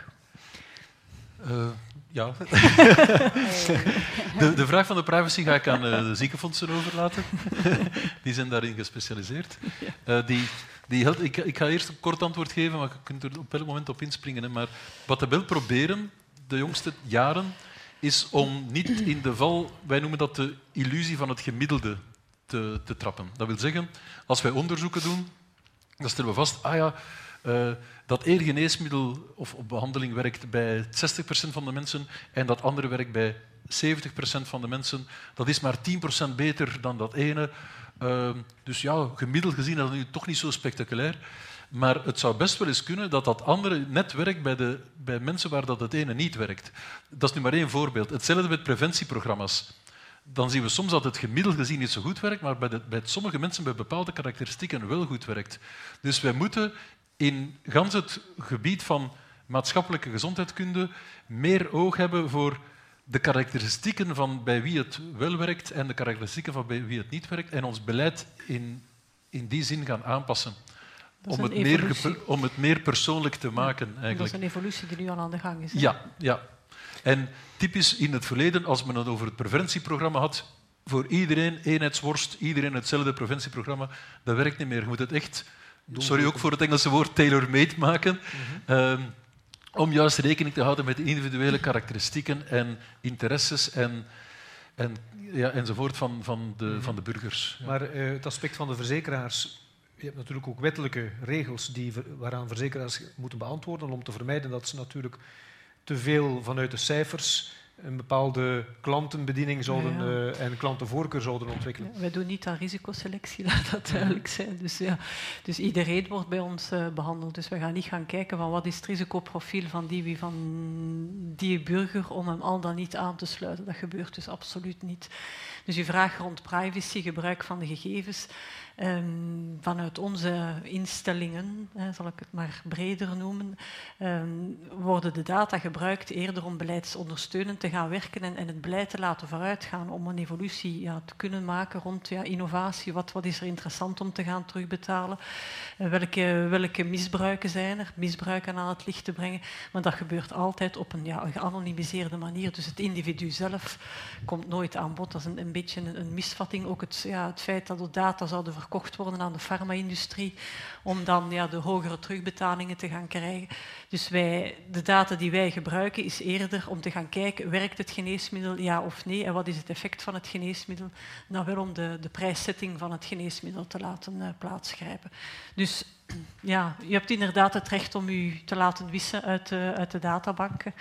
Uh, ja. de, de vraag van de privacy ga ik aan uh, de ziekenfondsen overlaten. Die zijn daarin gespecialiseerd. Uh, die, die held, ik, ik ga eerst een kort antwoord geven, maar je kunt er op elk moment op inspringen. Hè. Maar wat we wel proberen, de jongste jaren, is om niet in de val, wij noemen dat de illusie van het gemiddelde, te, te trappen. Dat wil zeggen, als wij onderzoeken doen, dan stellen we vast, ah ja, Uh, dat één geneesmiddel of behandeling werkt bij zestig procent van de mensen en dat andere werkt bij zeventig procent van de mensen. Dat is maar tien procent beter dan dat ene. Uh, dus ja, gemiddeld gezien is dat nu toch niet zo spectaculair. Maar het zou best wel eens kunnen dat dat andere net werkt bij, de, bij mensen waar dat het ene niet werkt. Dat is nu maar één voorbeeld. Hetzelfde met preventieprogramma's. Dan zien we soms dat het gemiddeld gezien niet zo goed werkt, maar bij, de, bij sommige mensen bij bepaalde karakteristieken wel goed werkt. Dus wij moeten in gans het gebied van maatschappelijke gezondheidskunde meer oog hebben voor de karakteristieken van bij wie het wel werkt en de karakteristieken van bij wie het niet werkt en ons beleid in, in die zin gaan aanpassen. Om het, meer, om het meer persoonlijk te maken. Ja, eigenlijk. Dat is een evolutie die nu al aan de gang is. Hè? Ja, ja. En typisch in het verleden, als men het over het preventieprogramma had, voor iedereen eenheidsworst, iedereen hetzelfde preventieprogramma, dat werkt niet meer. Je moet het echt, sorry ook voor het Engelse woord, tailor-made maken, mm-hmm. um, om juist rekening te houden met de individuele karakteristieken en interesses en, en, ja, enzovoort van, van, de, mm-hmm. van de burgers. Ja. Maar uh, het aspect van de verzekeraars, je hebt natuurlijk ook wettelijke regels die, waaraan verzekeraars moeten beantwoorden om te vermijden dat ze natuurlijk te veel vanuit de cijfers een bepaalde klantenbediening zouden, ja, ja. Uh, en klantenvoorkeur zouden ontwikkelen. Ja, wij doen niet aan risicoselectie, laat dat duidelijk zijn. Dus, ja, dus iedereen wordt bij ons uh, behandeld. Dus we gaan niet gaan kijken van wat is het risicoprofiel van die, van die burger om hem al dan niet aan te sluiten. Dat gebeurt dus absoluut niet. Dus uw vraag rond privacy, gebruik van de gegevens. Um, vanuit onze instellingen, hè, zal ik het maar breder noemen, um, worden de data gebruikt eerder om beleidsondersteunend te gaan werken en, en het beleid te laten vooruitgaan om een evolutie ja, te kunnen maken rond ja, innovatie. Wat, wat is er interessant om te gaan terugbetalen? Uh, welke, welke misbruiken zijn er? Misbruiken aan het licht te brengen. Maar dat gebeurt altijd op een, ja, een geanonimiseerde manier. Dus het individu zelf komt nooit aan bod. Dat is een, een beetje een, een misvatting. Ook het, ja, het feit dat de data zouden verkocht worden aan de farma-industrie om dan ja, de hogere terugbetalingen te gaan krijgen. Dus wij, de data die wij gebruiken is eerder om te gaan kijken, werkt het geneesmiddel ja of nee en wat is het effect van het geneesmiddel, dan wel om de, de prijszetting van het geneesmiddel te laten uh, plaatsgrijpen. Dus ja, je hebt inderdaad het recht om u te laten wissen uit de, uit de databanken,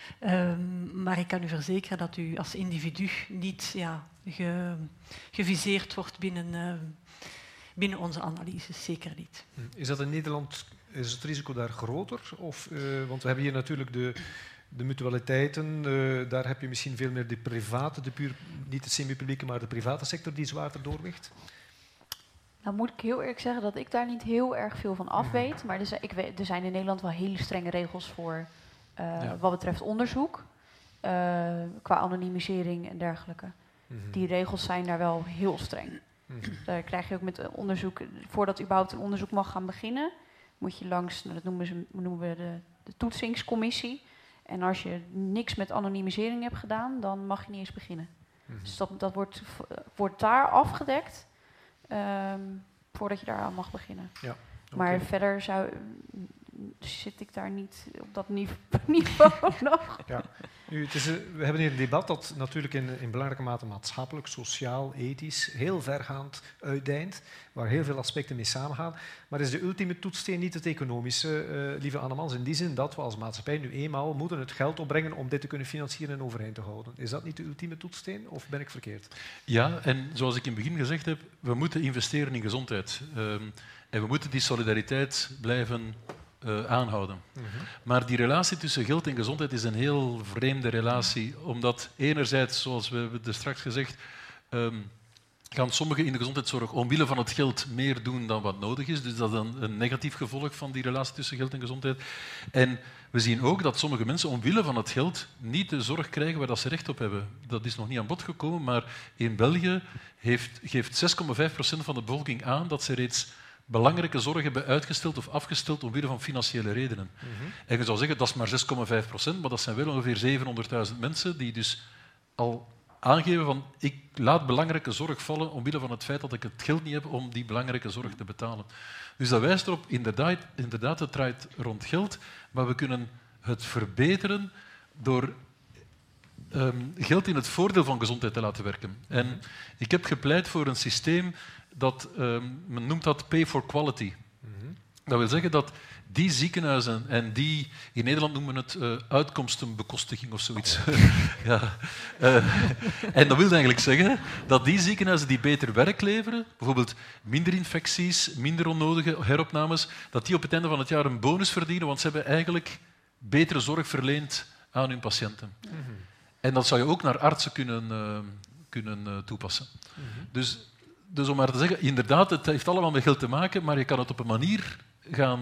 um, maar ik kan u verzekeren dat u als individu niet ja, ge, geviseerd wordt binnen... Uh, Binnen onze analyses zeker niet. Is dat in Nederland, is het risico daar groter? Of, uh, want we hebben hier natuurlijk de, de mutualiteiten, uh, daar heb je misschien veel meer de private, de puur, niet de semi-publieke, maar de private sector die zwaarder doorweegt. Nou moet ik heel eerlijk zeggen dat ik daar niet heel erg veel van af weet. Maar er zijn, ik weet, er zijn in Nederland wel hele strenge regels voor uh, ja. wat betreft onderzoek. Uh, qua anonimisering en dergelijke. Mm-hmm. Die regels zijn daar wel heel streng. Daar krijg je ook met onderzoek, voordat überhaupt een onderzoek mag gaan beginnen, moet je langs, nou, dat noemen, ze, noemen we de, de toetsingscommissie. En als je niks met anonimisering hebt gedaan, dan mag je niet eens beginnen. Mm-hmm. Dus dat, dat wordt, wordt daar afgedekt um, voordat je daar aan mag beginnen. Ja, okay. Maar verder zou, zit ik daar niet op dat niveau nog. Ja. Nu, het is, uh, we hebben hier een debat dat natuurlijk in, in belangrijke mate maatschappelijk, sociaal, ethisch, heel vergaand uitdijnt, waar heel veel aspecten mee samengaan. Maar is de ultieme toetssteen niet het economische, uh, lieve Annemans, in die zin dat we als maatschappij nu eenmaal moeten het geld opbrengen om dit te kunnen financieren en overeind te houden. Is dat niet de ultieme toetssteen of ben ik verkeerd? Ja, en zoals ik in het begin gezegd heb, we moeten investeren in gezondheid. Um, en we moeten die solidariteit blijven Uh, aanhouden. Mm-hmm. Maar die relatie tussen geld en gezondheid is een heel vreemde relatie, omdat enerzijds, zoals we hebben er straks gezegd, um, gaan sommigen in de gezondheidszorg omwille van het geld meer doen dan wat nodig is. Dus dat is een, een negatief gevolg van die relatie tussen geld en gezondheid. En we zien ook dat sommige mensen omwille van het geld niet de zorg krijgen waar dat ze recht op hebben. Dat is nog niet aan bod gekomen, maar in België heeft, geeft zes komma vijf procent van de bevolking aan dat ze reeds belangrijke zorg hebben uitgesteld of afgesteld omwille van financiële redenen. Mm-hmm. En je zou zeggen, dat is maar zes komma vijf procent, maar dat zijn wel ongeveer zevenhonderdduizend mensen die dus al aangeven van ik laat belangrijke zorg vallen omwille van het feit dat ik het geld niet heb om die belangrijke zorg te betalen. Dus dat wijst erop, inderdaad, inderdaad het draait rond geld, maar we kunnen het verbeteren door um, geld in het voordeel van gezondheid te laten werken. En ik heb gepleit voor een systeem dat, um, men noemt dat pay for quality. Mm-hmm. Dat wil zeggen dat die ziekenhuizen, en die, in Nederland noemen we het uh, uitkomstenbekostiging of zoiets. ja. uh, en dat wil eigenlijk zeggen dat die ziekenhuizen die beter werk leveren, bijvoorbeeld minder infecties, minder onnodige heropnames, dat die op het einde van het jaar een bonus verdienen, want ze hebben eigenlijk betere zorg verleend aan hun patiënten. Mm-hmm. En dat zou je ook naar artsen kunnen, uh, kunnen uh, toepassen. Mm-hmm. Dus Dus om maar te zeggen, inderdaad, het heeft allemaal met geld te maken, maar je kan het op een manier gaan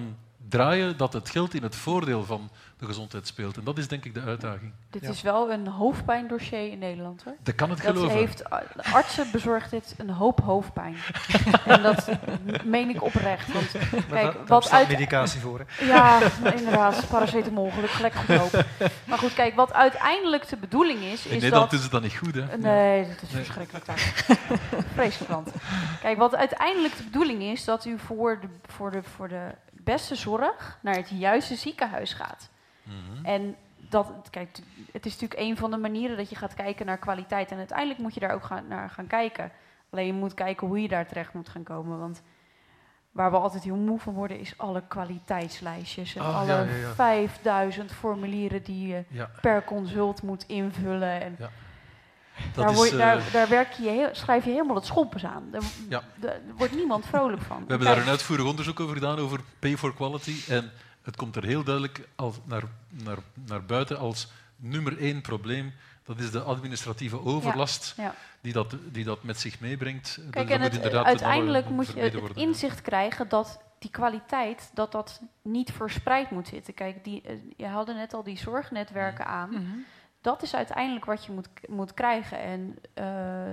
draaien dat het geld in het voordeel van de gezondheid speelt. En dat is denk ik de uitdaging. Dit ja. is wel een hoofdpijndossier in Nederland, hoor. Dat kan het dat geloven. Heeft, de artsen bezorgt dit een hoop hoofdpijn. En dat meen ik oprecht. Want, maar kijk, daar wat staat uit... medicatie voor, hè? Ja, inderdaad. Paracetamol, gelukkig gelijk goedkoop. Maar goed, kijk, wat uiteindelijk de bedoeling is... In is Nederland dat... is het dan niet goed, hè? Nee, dat is nee. verschrikkelijk daar. Vreselijk land. Kijk, wat uiteindelijk de bedoeling is... dat u voor de, voor de, voor de beste zorg naar het juiste ziekenhuis gaat. Mm-hmm. En dat, kijk, het is natuurlijk een van de manieren dat je gaat kijken naar kwaliteit. En uiteindelijk moet je daar ook gaan, naar gaan kijken. Alleen je moet kijken hoe je daar terecht moet gaan komen. Want waar we altijd heel moe van worden is alle kwaliteitslijstjes. En oh, alle ja, ja, ja. vijfduizend formulieren die je ja. per consult moet invullen. En ja. daar, is, word je, daar, uh... daar werk je heel, schrijf je helemaal het schompens aan. Daar, ja. daar wordt niemand vrolijk van. We hebben Kijk, daar een uitvoerig onderzoek over gedaan, over pay for quality. En het komt er heel duidelijk als naar, naar, naar buiten als nummer één probleem. Dat is de administratieve overlast ja, ja. Die, dat, die dat met zich meebrengt. Kijk, dat en het, moet uiteindelijk moet je het worden. inzicht krijgen dat die kwaliteit dat dat niet verspreid moet zitten. Kijk, die, je haalde net al die zorgnetwerken aan. Mm-hmm. Dat is uiteindelijk wat je moet, moet krijgen. En uh,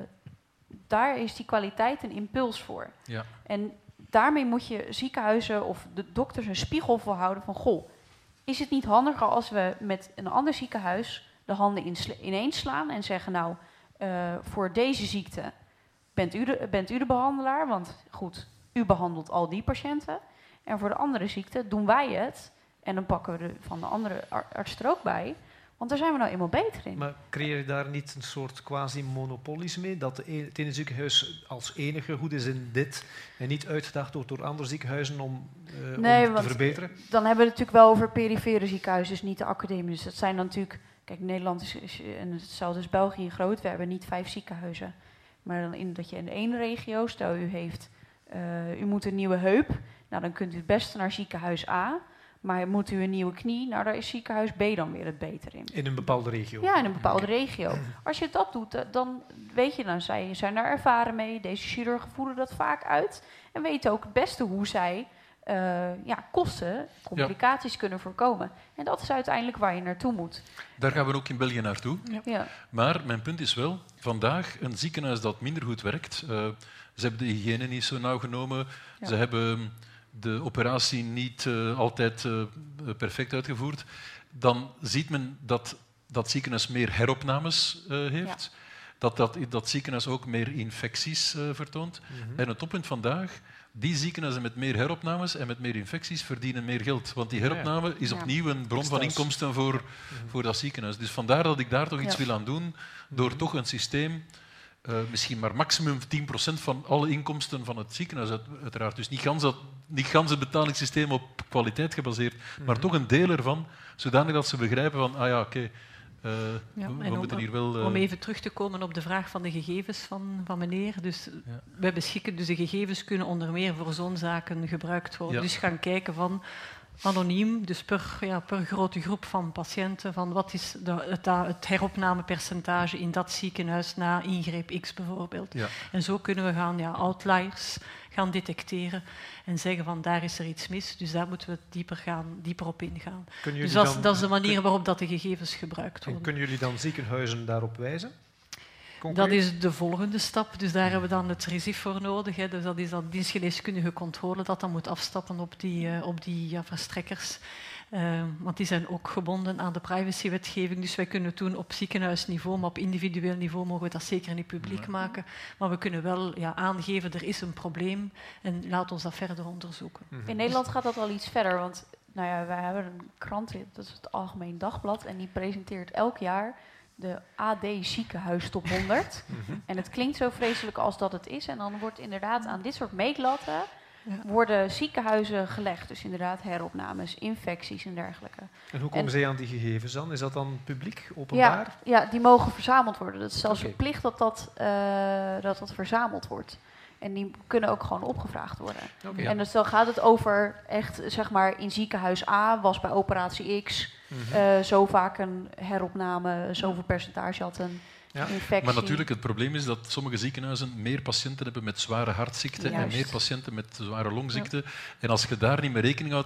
daar is die kwaliteit een impuls voor. Ja. En daarmee moet je ziekenhuizen of de dokters een spiegel voor houden van... goh, is het niet handiger als we met een ander ziekenhuis de handen ineens slaan en zeggen... nou, uh, voor deze ziekte bent u, de, bent u de behandelaar, want goed, u behandelt al die patiënten. En voor de andere ziekte doen wij het en dan pakken we er van de andere arts er ook bij... Want daar zijn we nou eenmaal beter in. Maar creëer je daar niet een soort quasi-monopolies mee? Dat het ene ziekenhuis als enige goed is in dit... en niet uitgedacht wordt door andere ziekenhuizen om, uh, nee, om te want verbeteren? Dan hebben we het natuurlijk wel over perifere ziekenhuizen, dus niet de academische. Dus dat zijn dan natuurlijk... Kijk, Nederland is, is en hetzelfde is België groot. We hebben niet vijf ziekenhuizen. Maar dan in, dat je in de ene regio, stel u heeft... Uh, u moet een nieuwe heup. Nou, dan kunt u het beste naar ziekenhuis A... Maar moet u een nieuwe knie, nou daar is ziekenhuis B dan weer het beter in. In een bepaalde regio? Ja, in een bepaalde regio. Als je dat doet, dan weet je, dan zij zijn daar ervaren mee. Deze chirurgen voeren dat vaak uit. En weten ook het beste hoe zij uh, ja, kosten, complicaties ja. kunnen voorkomen. En dat is uiteindelijk waar je naartoe moet. Daar gaan we ook in België naartoe. Ja. Ja. Maar mijn punt is wel, vandaag een ziekenhuis dat minder goed werkt. Uh, ze hebben de hygiëne niet zo nauw genomen. Ja. Ze hebben... de operatie niet uh, altijd uh, perfect uitgevoerd, dan ziet men dat dat ziekenhuis meer heropnames uh, heeft, ja. dat, dat dat ziekenhuis ook meer infecties uh, vertoont. Mm-hmm. En het toppunt vandaag, die ziekenhuizen met meer heropnames en met meer infecties verdienen meer geld. Want die heropname is opnieuw een bron van inkomsten voor, mm-hmm. voor dat ziekenhuis. Dus vandaar dat ik daar toch iets ja. wil aan doen, door mm-hmm. toch een systeem... Uh, misschien maar maximum tien procent van alle inkomsten van het ziekenhuis, uit, uiteraard. Dus niet gans, dat, niet gans het betalingssysteem op kwaliteit gebaseerd, mm-hmm. maar toch een deel ervan, zodanig dat ze begrijpen van, ah ja, oké, okay, uh, ja, we, we moeten om, hier wel... Uh... Om even terug te komen op de vraag van de gegevens van, van meneer. Dus ja. wij beschikken, dus de gegevens kunnen onder meer voor zo'n zaken gebruikt worden. Ja. Dus gaan kijken van... Anoniem, dus per, ja, per grote groep van patiënten, van wat is de, het, het heropnamepercentage in dat ziekenhuis na ingreep X bijvoorbeeld. Ja. En zo kunnen we gaan ja, outliers gaan detecteren en zeggen van daar is er iets mis, dus daar moeten we dieper, gaan, dieper op ingaan. Dus dat, dan, dat is de manier waarop dat de gegevens gebruikt worden. En kunnen jullie dan ziekenhuizen daarop wijzen? Concreet? Dat is de volgende stap, dus daar hebben we dan het R I S I F voor nodig. Hè. Dus dat is dat dienstgeneeskundige controle dat dan moet afstappen op die, uh, op die ja, verstrekkers. Uh, want die zijn ook gebonden aan de privacywetgeving. Dus wij kunnen het doen op ziekenhuisniveau, maar op individueel niveau mogen we dat zeker niet publiek ja. maken. Maar we kunnen wel ja, aangeven, er is een probleem en laat ons dat verder onderzoeken. In Nederland gaat dat al iets verder, want nou ja, wij hebben een krant, dat is het Algemeen Dagblad, en die presenteert elk jaar de A D Ziekenhuis Top honderd. Mm-hmm. En het klinkt zo vreselijk als dat het is. En dan wordt inderdaad aan dit soort meetlatten ja. worden ziekenhuizen gelegd. Dus inderdaad heropnames, infecties en dergelijke. En hoe komen en, zij aan die gegevens dan? Is dat dan publiek, openbaar? Ja, ja die mogen verzameld worden. Dat is zelfs okay. verplicht dat dat, uh, dat dat verzameld wordt. En die kunnen ook gewoon opgevraagd worden. Okay. En dus dan gaat het over echt, zeg maar, in ziekenhuis A was bij operatie X mm-hmm. uh, zo vaak een heropname, zoveel percentage had een ja. infectie. Maar natuurlijk, het probleem is dat sommige ziekenhuizen meer patiënten hebben met zware hartziekten Juist. en meer patiënten met zware longziekten. Ja. En als je daar niet mee rekening houdt,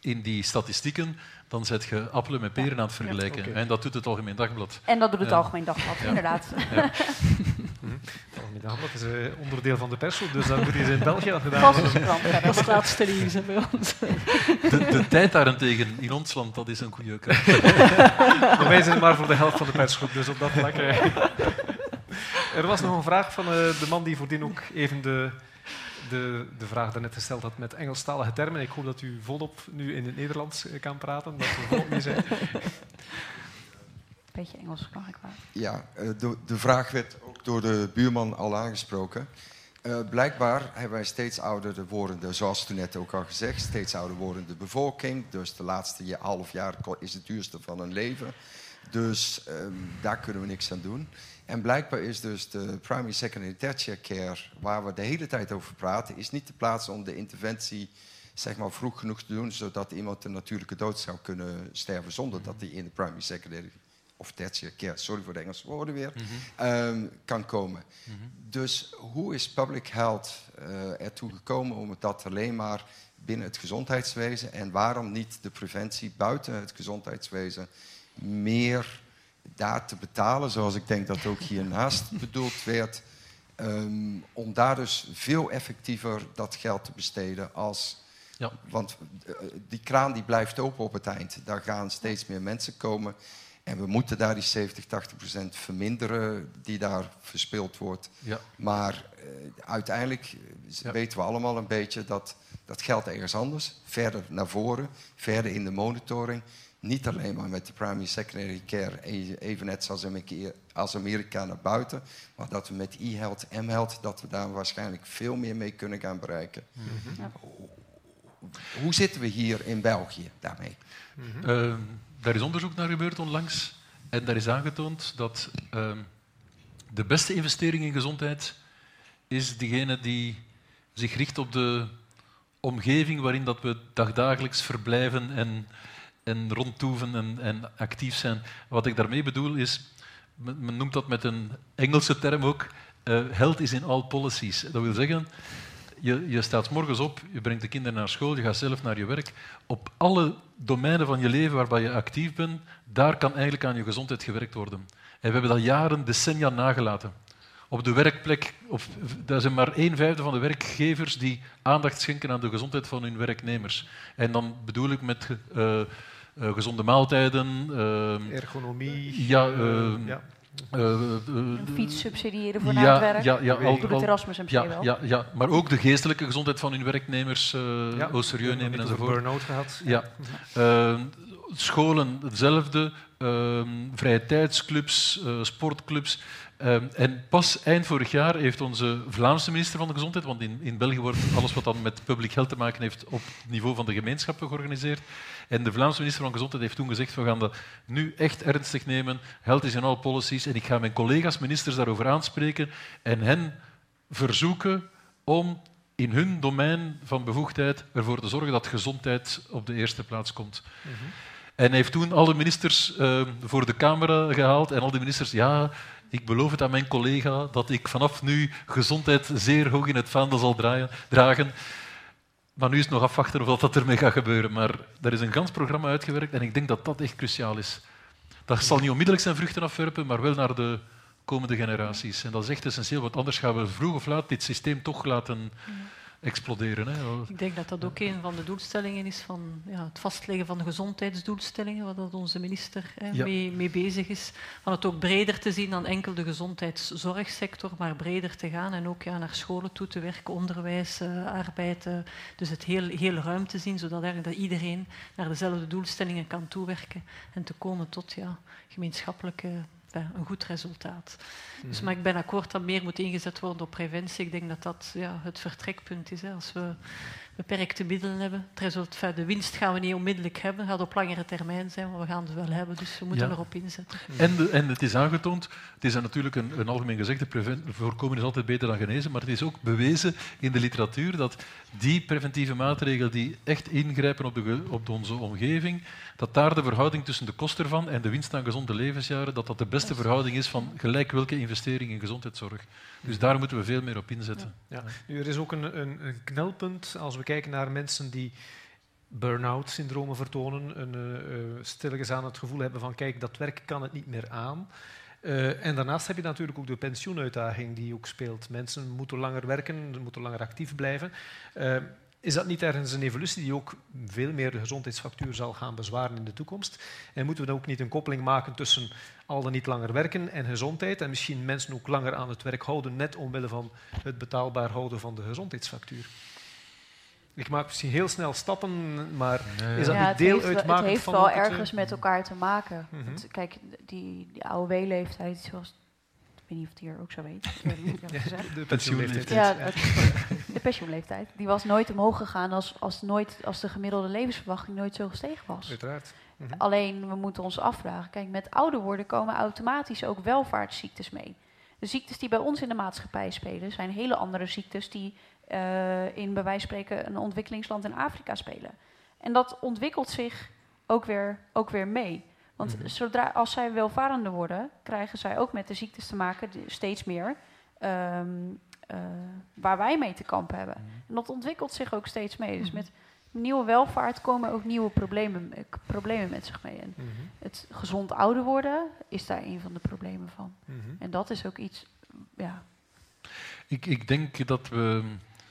in die statistieken, dan zet je appelen met peren Ja. aan het vergelijken. Ja, oké. En dat doet het Algemeen Dagblad. En dat doet het Ja. Algemeen Dagblad, Ja. inderdaad. Ja. Het Algemeen Dagblad is uh, onderdeel van de persgroep, dus dat moet iets in België al gedaan Vast worden. is krant verder. Dat is het laatste nieuws hè, bij ons. De, de tijd daarentegen in ons land, dat is een goede krant. Maar wij zijn maar voor de helft van de persgroep, dus op dat vlak... Uh. Er was nog een vraag van uh, de man die voordien ook even de, de, de vraag daarnet gesteld had met Engelstalige termen. Ik hoop dat u volop nu in het Nederlands uh, kan praten, dat we volop mee zijn. Beetje Engels mag ik wel. Ja, uh, de, de vraag werd ook door de buurman al aangesproken. Uh, blijkbaar hebben wij steeds ouder wordende, zoals toen net ook al gezegd, steeds ouder wordende bevolking. Dus de laatste ja, half jaar is het duurste van een leven. Dus um, daar kunnen we niks aan doen. En blijkbaar is dus de primary, secondary, tertiary care, waar we de hele tijd over praten, is niet de plaats om de interventie zeg maar, vroeg genoeg te doen, zodat iemand een natuurlijke dood zou kunnen sterven zonder dat hij in de primary, secondary of tertiary care, sorry voor de Engelse woorden weer, mm-hmm. um, kan komen. Mm-hmm. Dus hoe is public health uh, ertoe gekomen om dat alleen maar binnen het gezondheidswezen en waarom niet de preventie buiten het gezondheidswezen meer daar te betalen, zoals ik denk dat ook hiernaast bedoeld werd, um, om daar dus veel effectiever dat geld te besteden als... Ja. Want uh, die kraan die blijft open op het eind. Daar gaan steeds meer mensen komen. En we moeten daar die zeventig, tachtig procent verminderen die daar verspild wordt. Ja. Maar uh, uiteindelijk ja. weten we allemaal een beetje dat dat geldt ergens anders. Verder naar voren, verder in de monitoring. Niet alleen maar met de primary secondary care, even net zoals als Amerika naar buiten. Maar dat we met e-health, m-health, dat we daar waarschijnlijk veel meer mee kunnen gaan bereiken. Mm-hmm. Ja. Hoe zitten we hier in België daarmee? Mm-hmm. Uh, daar is onderzoek naar gebeurd onlangs. En daar is aangetoond dat uh, de beste investering in gezondheid is diegene die zich richt op de omgeving waarin dat we dagdagelijks verblijven en, en rondtoeven en, en actief zijn. Wat ik daarmee bedoel is, men, men noemt dat met een Engelse term ook, uh, health is in all policies. Dat wil zeggen, je, je staat 's morgens op, je brengt de kinderen naar school, je gaat zelf naar je werk. Op alle domeinen van je leven waarbij je actief bent, daar kan eigenlijk aan je gezondheid gewerkt worden. En we hebben dat jaren, decennia nagelaten. Op de werkplek, op, daar zijn maar een vijfde van de werkgevers die aandacht schenken aan de gezondheid van hun werknemers. En dan bedoel ik met uh, uh, gezonde maaltijden. Uh, Ergonomie. Ja. Uh, ja. Uh, uh, een fiets subsidiëren voor ja, naar het werk. Ja, ja, al, doet het Erasmus M C ja, wel. Ja, ja, maar ook de geestelijke gezondheid van hun werknemers uh, ja, au serieus nemen enzovoort. Burn-out gehad. Ja. Uh, scholen hetzelfde, uh, vrije tijdsclubs, uh, sportclubs. Uh, en pas eind vorig jaar heeft onze Vlaamse minister van de Gezondheid, want in, in België wordt alles wat dan met public health te maken heeft op het niveau van de gemeenschappen georganiseerd. En de Vlaamse minister van Gezondheid heeft toen gezegd, we gaan dat nu echt ernstig nemen. Health is in all policies. En ik ga mijn collega's ministers daarover aanspreken en hen verzoeken om in hun domein van bevoegdheid ervoor te zorgen dat gezondheid op de eerste plaats komt. Mm-hmm. En hij heeft toen alle ministers uh, voor de camera gehaald en al die ministers, ja, ik beloof het aan mijn collega dat ik vanaf nu gezondheid zeer hoog in het vaandel zal draaien, dragen. Maar nu is het nog afwachten of dat ermee gaat gebeuren. Maar er is een gans programma uitgewerkt en ik denk dat dat echt cruciaal is. Dat zal niet onmiddellijk zijn vruchten afwerpen, maar wel naar de komende generaties. En dat is echt essentieel, want anders gaan we vroeg of laat dit systeem toch laten exploderen. Hè. Ik denk dat dat ook een van de doelstellingen is van ja, het vastleggen van de gezondheidsdoelstellingen, waar dat onze minister hè, ja. mee, mee bezig is. Van het ook breder te zien dan enkel de gezondheidszorgsector, maar breder te gaan en ook ja, naar scholen toe te werken, onderwijs, uh, arbeid. Uh, dus het heel, heel ruim te zien, zodat eigenlijk dat iedereen naar dezelfde doelstellingen kan toewerken en te komen tot ja, gemeenschappelijke een goed resultaat. Mm-hmm. Dus, maar ik ben akkoord dat meer moet ingezet worden op preventie. Ik denk dat dat ja, het vertrekpunt is. Hè. Als we beperkte middelen hebben, het resultaat, de winst gaan we niet onmiddellijk hebben, het gaat op langere termijn zijn, maar we gaan het wel hebben, dus we moeten ja. erop inzetten. En, de, en het is aangetoond, het is natuurlijk een, een algemeen gezegde, preven, voorkomen is altijd beter dan genezen, maar het is ook bewezen in de literatuur dat die preventieve maatregelen die echt ingrijpen op, de, op onze omgeving, dat daar de verhouding tussen de kost ervan en de winst aan gezonde levensjaren, dat dat de beste verhouding is van gelijk welke investering in gezondheidszorg. Dus daar moeten we veel meer op inzetten. Ja. Ja. Nu, er is ook een, een, een knelpunt als we kijken naar mensen die burn-out syndromen vertonen, een, uh, uh, stilletjes aan het gevoel hebben van kijk, dat werk kan het niet meer aan. Uh, en daarnaast heb je natuurlijk ook de pensioenuitdaging die ook speelt. Mensen moeten langer werken, moeten langer actief blijven. Uh, is dat niet ergens een evolutie die ook veel meer de gezondheidsfactuur zal gaan bezwaren in de toekomst? En moeten we dan ook niet een koppeling maken tussen al dan niet langer werken en gezondheid en misschien mensen ook langer aan het werk houden, net omwille van het betaalbaar houden van de gezondheidsfactuur? Ik maak misschien heel snel stappen, maar is dat ja, niet deel het heeft, uitmakend het heeft van... wel Het, ergens met elkaar te maken. Mm-hmm. Want, kijk, die, die A O W-leeftijd, zoals... Ik weet niet of het hier ook zo weet. De pensioenleeftijd. Ja, het, de pensioenleeftijd. Die was nooit omhoog gegaan als, als, nooit, als de gemiddelde levensverwachting nooit zo gestegen was. Uiteraard. Mm-hmm. Alleen, we moeten ons afvragen. Kijk, met ouder worden komen automatisch ook welvaartsziektes mee. De ziektes die bij ons in de maatschappij spelen, zijn hele andere ziektes die uh, in, bij wijze van spreken, een ontwikkelingsland in Afrika spelen. En dat ontwikkelt zich ook weer, ook weer mee. Want mm-hmm. zodra, als zij welvarender worden, krijgen zij ook met de ziektes te maken, die, steeds meer, um, uh, waar wij mee te kampen hebben. Mm-hmm. En dat ontwikkelt zich ook steeds mee. Dus met nieuwe welvaart komen ook nieuwe problemen, problemen met zich mee. En mm-hmm. het gezond ouder worden is daar een van de problemen van. Mm-hmm. En dat is ook iets, ja... Ik, ik denk dat we...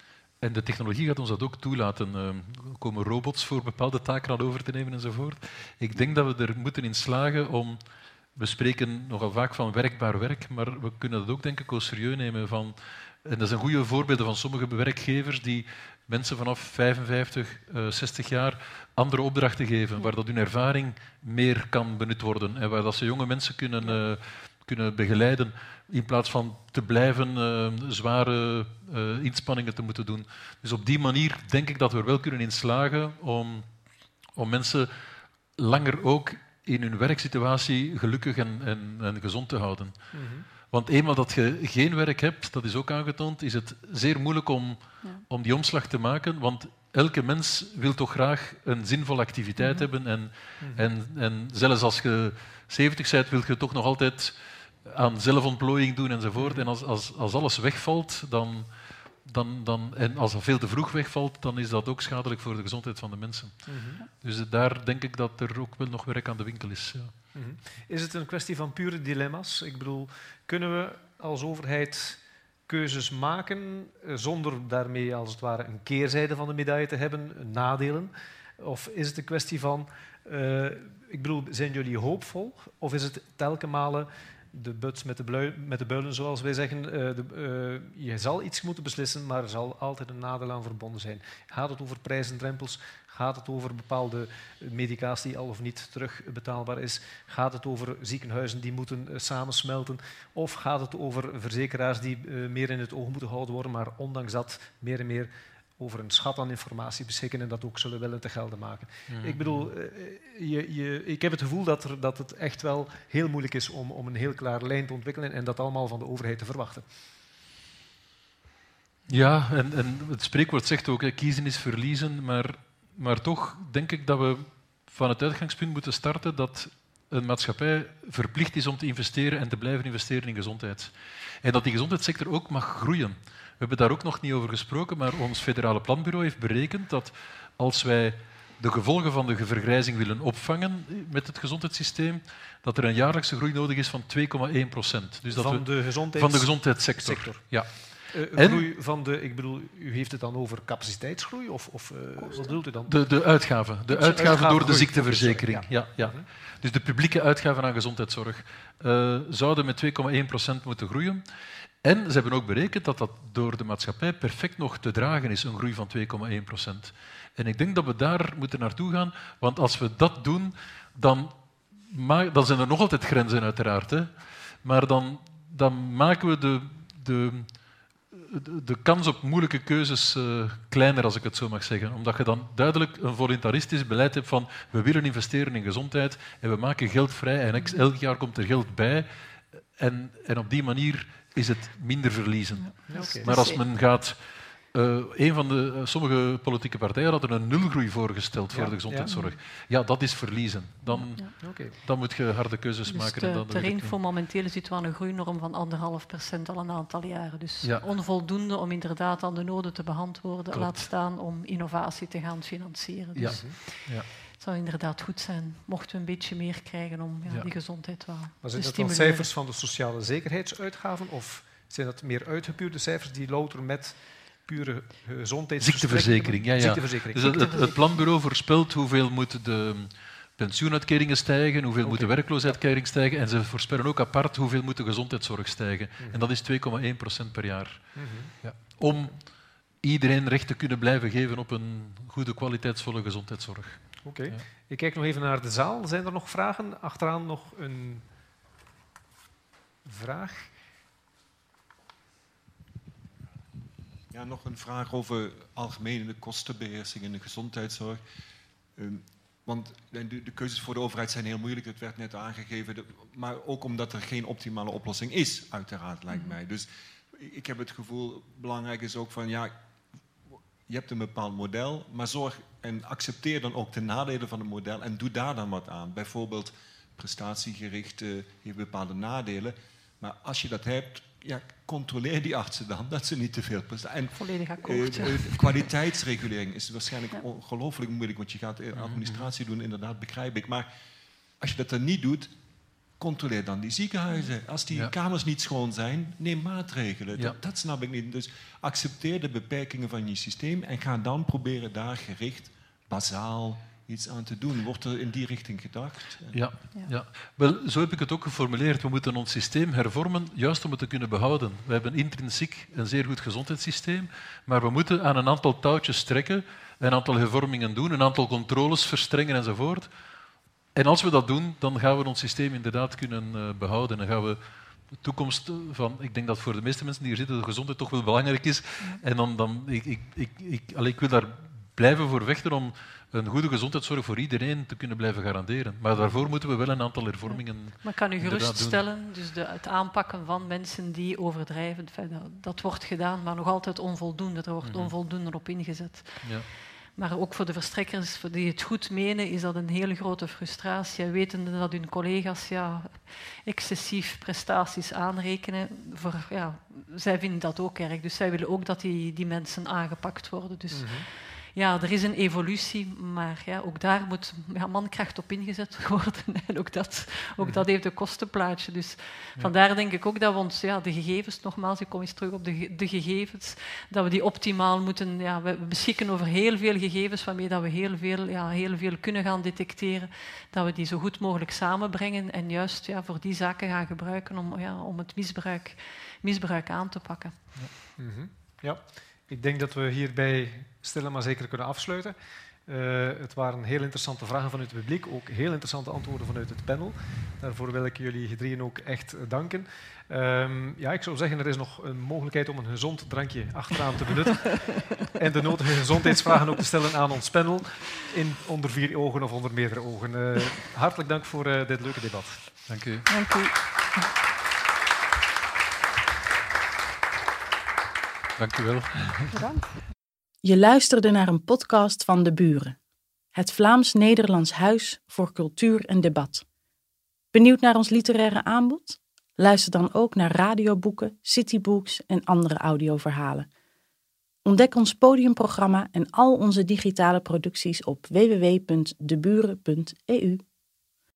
En de technologie gaat ons dat ook toelaten. Er komen robots voor bepaalde taken aan over te nemen enzovoort. Ik denk dat we er moeten in slagen om... We spreken nogal vaak van werkbaar werk, maar we kunnen dat ook denk ik ook serieus nemen. Van, en dat zijn goede voorbeelden van sommige werkgevers die mensen vanaf vijfenvijftig, zestig jaar andere opdrachten geven, waar dat hun ervaring meer kan benut worden en waar dat ze jonge mensen kunnen... Uh, kunnen begeleiden, in plaats van te blijven uh, zware uh, inspanningen te moeten doen. Dus op die manier denk ik dat we er wel kunnen in slagen om, om mensen langer ook in hun werksituatie gelukkig en, en, en gezond te houden. Mm-hmm. Want eenmaal dat je geen werk hebt, dat is ook aangetoond, is het zeer moeilijk om, ja. om die omslag te maken, want elke mens wil toch graag een zinvolle activiteit mm-hmm. hebben en, mm-hmm. en, en zelfs als je zeventig bent, wil je toch nog altijd aan zelfontplooiing doen enzovoort. En als, als, als alles wegvalt, dan, dan, dan, en als dat veel te vroeg wegvalt, dan is dat ook schadelijk voor de gezondheid van de mensen. Mm-hmm. Dus daar denk ik dat er ook wel nog werk aan de winkel is. Ja. Mm-hmm. Is het een kwestie van pure dilemma's? Ik bedoel, kunnen we als overheid keuzes maken zonder daarmee als het ware een keerzijde van de medaille te hebben, nadelen? Of is het een kwestie van... Uh, ik bedoel, zijn jullie hoopvol? Of is het telkens malen de buts met de, blui, met de builen, zoals wij zeggen? Uh, de, uh, je zal iets moeten beslissen, maar er zal altijd een nadeel aan verbonden zijn. Gaat het over prijzendrempels? Gaat het over bepaalde medicatie die al of niet terugbetaalbaar is? Gaat het over ziekenhuizen die moeten uh, samensmelten? Of gaat het over verzekeraars die uh, meer in het oog moeten gehouden worden, maar ondanks dat meer en meer over een schat aan informatie beschikken en dat ook zullen willen te gelden maken. Mm-hmm. Ik bedoel, je, je, ik heb het gevoel dat, er, dat het echt wel heel moeilijk is om, om een heel klare lijn te ontwikkelen en dat allemaal van de overheid te verwachten. Ja, en, en het spreekwoord zegt ook, hè, kiezen is verliezen, maar, maar toch denk ik dat we van het uitgangspunt moeten starten dat een maatschappij verplicht is om te investeren en te blijven investeren in gezondheid. En dat die gezondheidssector ook mag groeien. We hebben daar ook nog niet over gesproken, maar ons federale planbureau heeft berekend dat als wij de gevolgen van de vergrijzing willen opvangen met het gezondheidssysteem, dat er een jaarlijkse groei nodig is van twee komma één procent. Dus dat van, we, de gezondheids... van de gezondheidssector. Sector. Ja. Uh, en, groei van de, ik bedoel, u heeft het dan over capaciteitsgroei? Of, of uh, wat bedoelt u dan? De, de uitgaven. De uitgaven uitgaven door de ziekteverzekering. Ja, ja. Mm-hmm. Dus de publieke uitgaven aan gezondheidszorg uh, zouden met twee komma één procent moeten groeien. En ze hebben ook berekend dat dat door de maatschappij perfect nog te dragen is, een groei van twee komma één procent. En ik denk dat we daar moeten naartoe gaan, want als we dat doen, dan, ma- dan zijn er nog altijd grenzen uiteraard. Hè. Maar dan, dan maken we de, de, de, de kans op moeilijke keuzes uh, kleiner, als ik het zo mag zeggen. Omdat je dan duidelijk een voluntaristisch beleid hebt van we willen investeren in gezondheid en we maken geld vrij en ex- elk jaar komt er geld bij. En, en op die manier is het minder verliezen. Ja, okay. Maar als men gaat Uh, een van de, uh, sommige politieke partijen hadden een nulgroei voorgesteld voor ja, de gezondheidszorg. Ja. ja, dat is verliezen. Dan, ja. okay. dan moet je harde keuzes dus maken. De, en dan ter info, momenteel zitten we aan een groeinorm van anderhalf procent al een aantal jaren. Dus ja. onvoldoende om inderdaad aan de noden te beantwoorden. Klopt. Laat staan om innovatie te gaan financieren. Dus ja. Ja. het zou inderdaad goed zijn mochten we een beetje meer krijgen om ja, ja. die gezondheid wel maar zijn te dat stimuleren. dan cijfers van de sociale zekerheidsuitgaven of zijn dat meer uitgepuurde cijfers die louter met pure gezondheids... Ziekteverzekering, ja, ja. Ziekteverzekering. Dus het, het, het planbureau voorspelt hoeveel moeten de pensioenuitkeringen stijgen, hoeveel okay. moet de werkloosheidsuitkering stijgen en ze voorspellen ook apart hoeveel moet de gezondheidszorg stijgen. Mm-hmm. En dat is twee komma één procent per jaar. Mm-hmm. Ja. Om iedereen recht te kunnen blijven geven op een goede, kwaliteitsvolle gezondheidszorg. Oké. Okay. Ja. Ik kijk nog even naar de zaal. Zijn er nog vragen? Achteraan nog een vraag. Ja, nog een vraag over algemene kostenbeheersing in de gezondheidszorg. Um, want de, de keuzes voor de overheid zijn heel moeilijk, dat werd net aangegeven. De, maar ook omdat er geen optimale oplossing is, uiteraard, lijkt mij. Dus ik heb het gevoel, belangrijk is ook van, ja, je hebt een bepaald model, maar zorg en accepteer dan ook de nadelen van het model en doe daar dan wat aan. Bijvoorbeeld prestatiegericht uh, heeft bepaalde nadelen, maar als je dat hebt, ja, controleer die artsen dan, dat ze niet te veel presteren. Volledig akkoord. Uh, uh, kwaliteitsregulering is waarschijnlijk ja. ongelooflijk moeilijk, want je gaat administratie doen, inderdaad, begrijp ik. Maar als je dat dan niet doet, controleer dan die ziekenhuizen. Als die ja. kamers niet schoon zijn, neem maatregelen. Ja. Dat, dat snap ik niet. Dus accepteer de beperkingen van je systeem en ga dan proberen daar gericht, bazaal, iets aan te doen. Wordt er in die richting gedacht? Ja, ja. ja. Wel, zo heb ik het ook geformuleerd. We moeten ons systeem hervormen, juist om het te kunnen behouden. We hebben intrinsiek een zeer goed gezondheidssysteem, maar we moeten aan een aantal touwtjes trekken, een aantal hervormingen doen, een aantal controles verstrengen enzovoort. En als we dat doen, dan gaan we ons systeem inderdaad kunnen uh, behouden. Dan gaan we de toekomst van... Ik denk dat voor de meeste mensen die hier zitten de gezondheid toch wel belangrijk is. Ja. En dan... dan ik, ik, ik, ik, allee, ik wil daar blijven voor vechten om een goede gezondheidszorg voor iedereen te kunnen blijven garanderen. Maar daarvoor moeten we wel een aantal hervormingen doen. Maar ik kan u geruststellen, dus de, het aanpakken van mensen die overdrijven, dat, dat wordt gedaan, maar nog altijd onvoldoende. Er wordt mm-hmm. onvoldoende op ingezet. Ja. Maar ook voor de verstrekkers voor die het goed menen, is dat een hele grote frustratie. Wetende dat hun collega's ja, excessief prestaties aanrekenen. Voor, ja, zij vinden dat ook erg. Dus zij willen ook dat die, die mensen aangepakt worden. Dus mm-hmm. ja, er is een evolutie, maar ja, ook daar moet ja, mankracht op ingezet worden. En ook dat, ook dat heeft een kostenplaatje. Dus ja. vandaar denk ik ook dat we ons, ja, de gegevens, nogmaals, ik kom eens terug op de, de gegevens, dat we die optimaal moeten... Ja, we beschikken over heel veel gegevens waarmee dat we heel veel, ja, heel veel kunnen gaan detecteren. Dat we die zo goed mogelijk samenbrengen en juist ja, voor die zaken gaan gebruiken om, ja, om het misbruik, misbruik aan te pakken. Ja. Mm-hmm. Ja. Ik denk dat we hierbij stil maar zeker kunnen afsluiten. Uh, het waren heel interessante vragen vanuit het publiek, ook heel interessante antwoorden vanuit het panel. Daarvoor wil ik jullie drieën ook echt danken. Um, ja, ik zou zeggen, er is nog een mogelijkheid om een gezond drankje achteraan te benutten. En de nodige gezondheidsvragen ook te stellen aan ons panel, in onder vier ogen of onder meerdere ogen. Uh, hartelijk dank voor uh, dit leuke debat. Dank u. Dank u. Dank u wel. Bedankt. Je luisterde naar een podcast van De Buren, het Vlaams-Nederlands Huis voor Cultuur en Debat. Benieuwd naar ons literaire aanbod? Luister dan ook naar radioboeken, citybooks en andere audioverhalen. Ontdek ons podiumprogramma en al onze digitale producties op w w w punt de buren punt e u.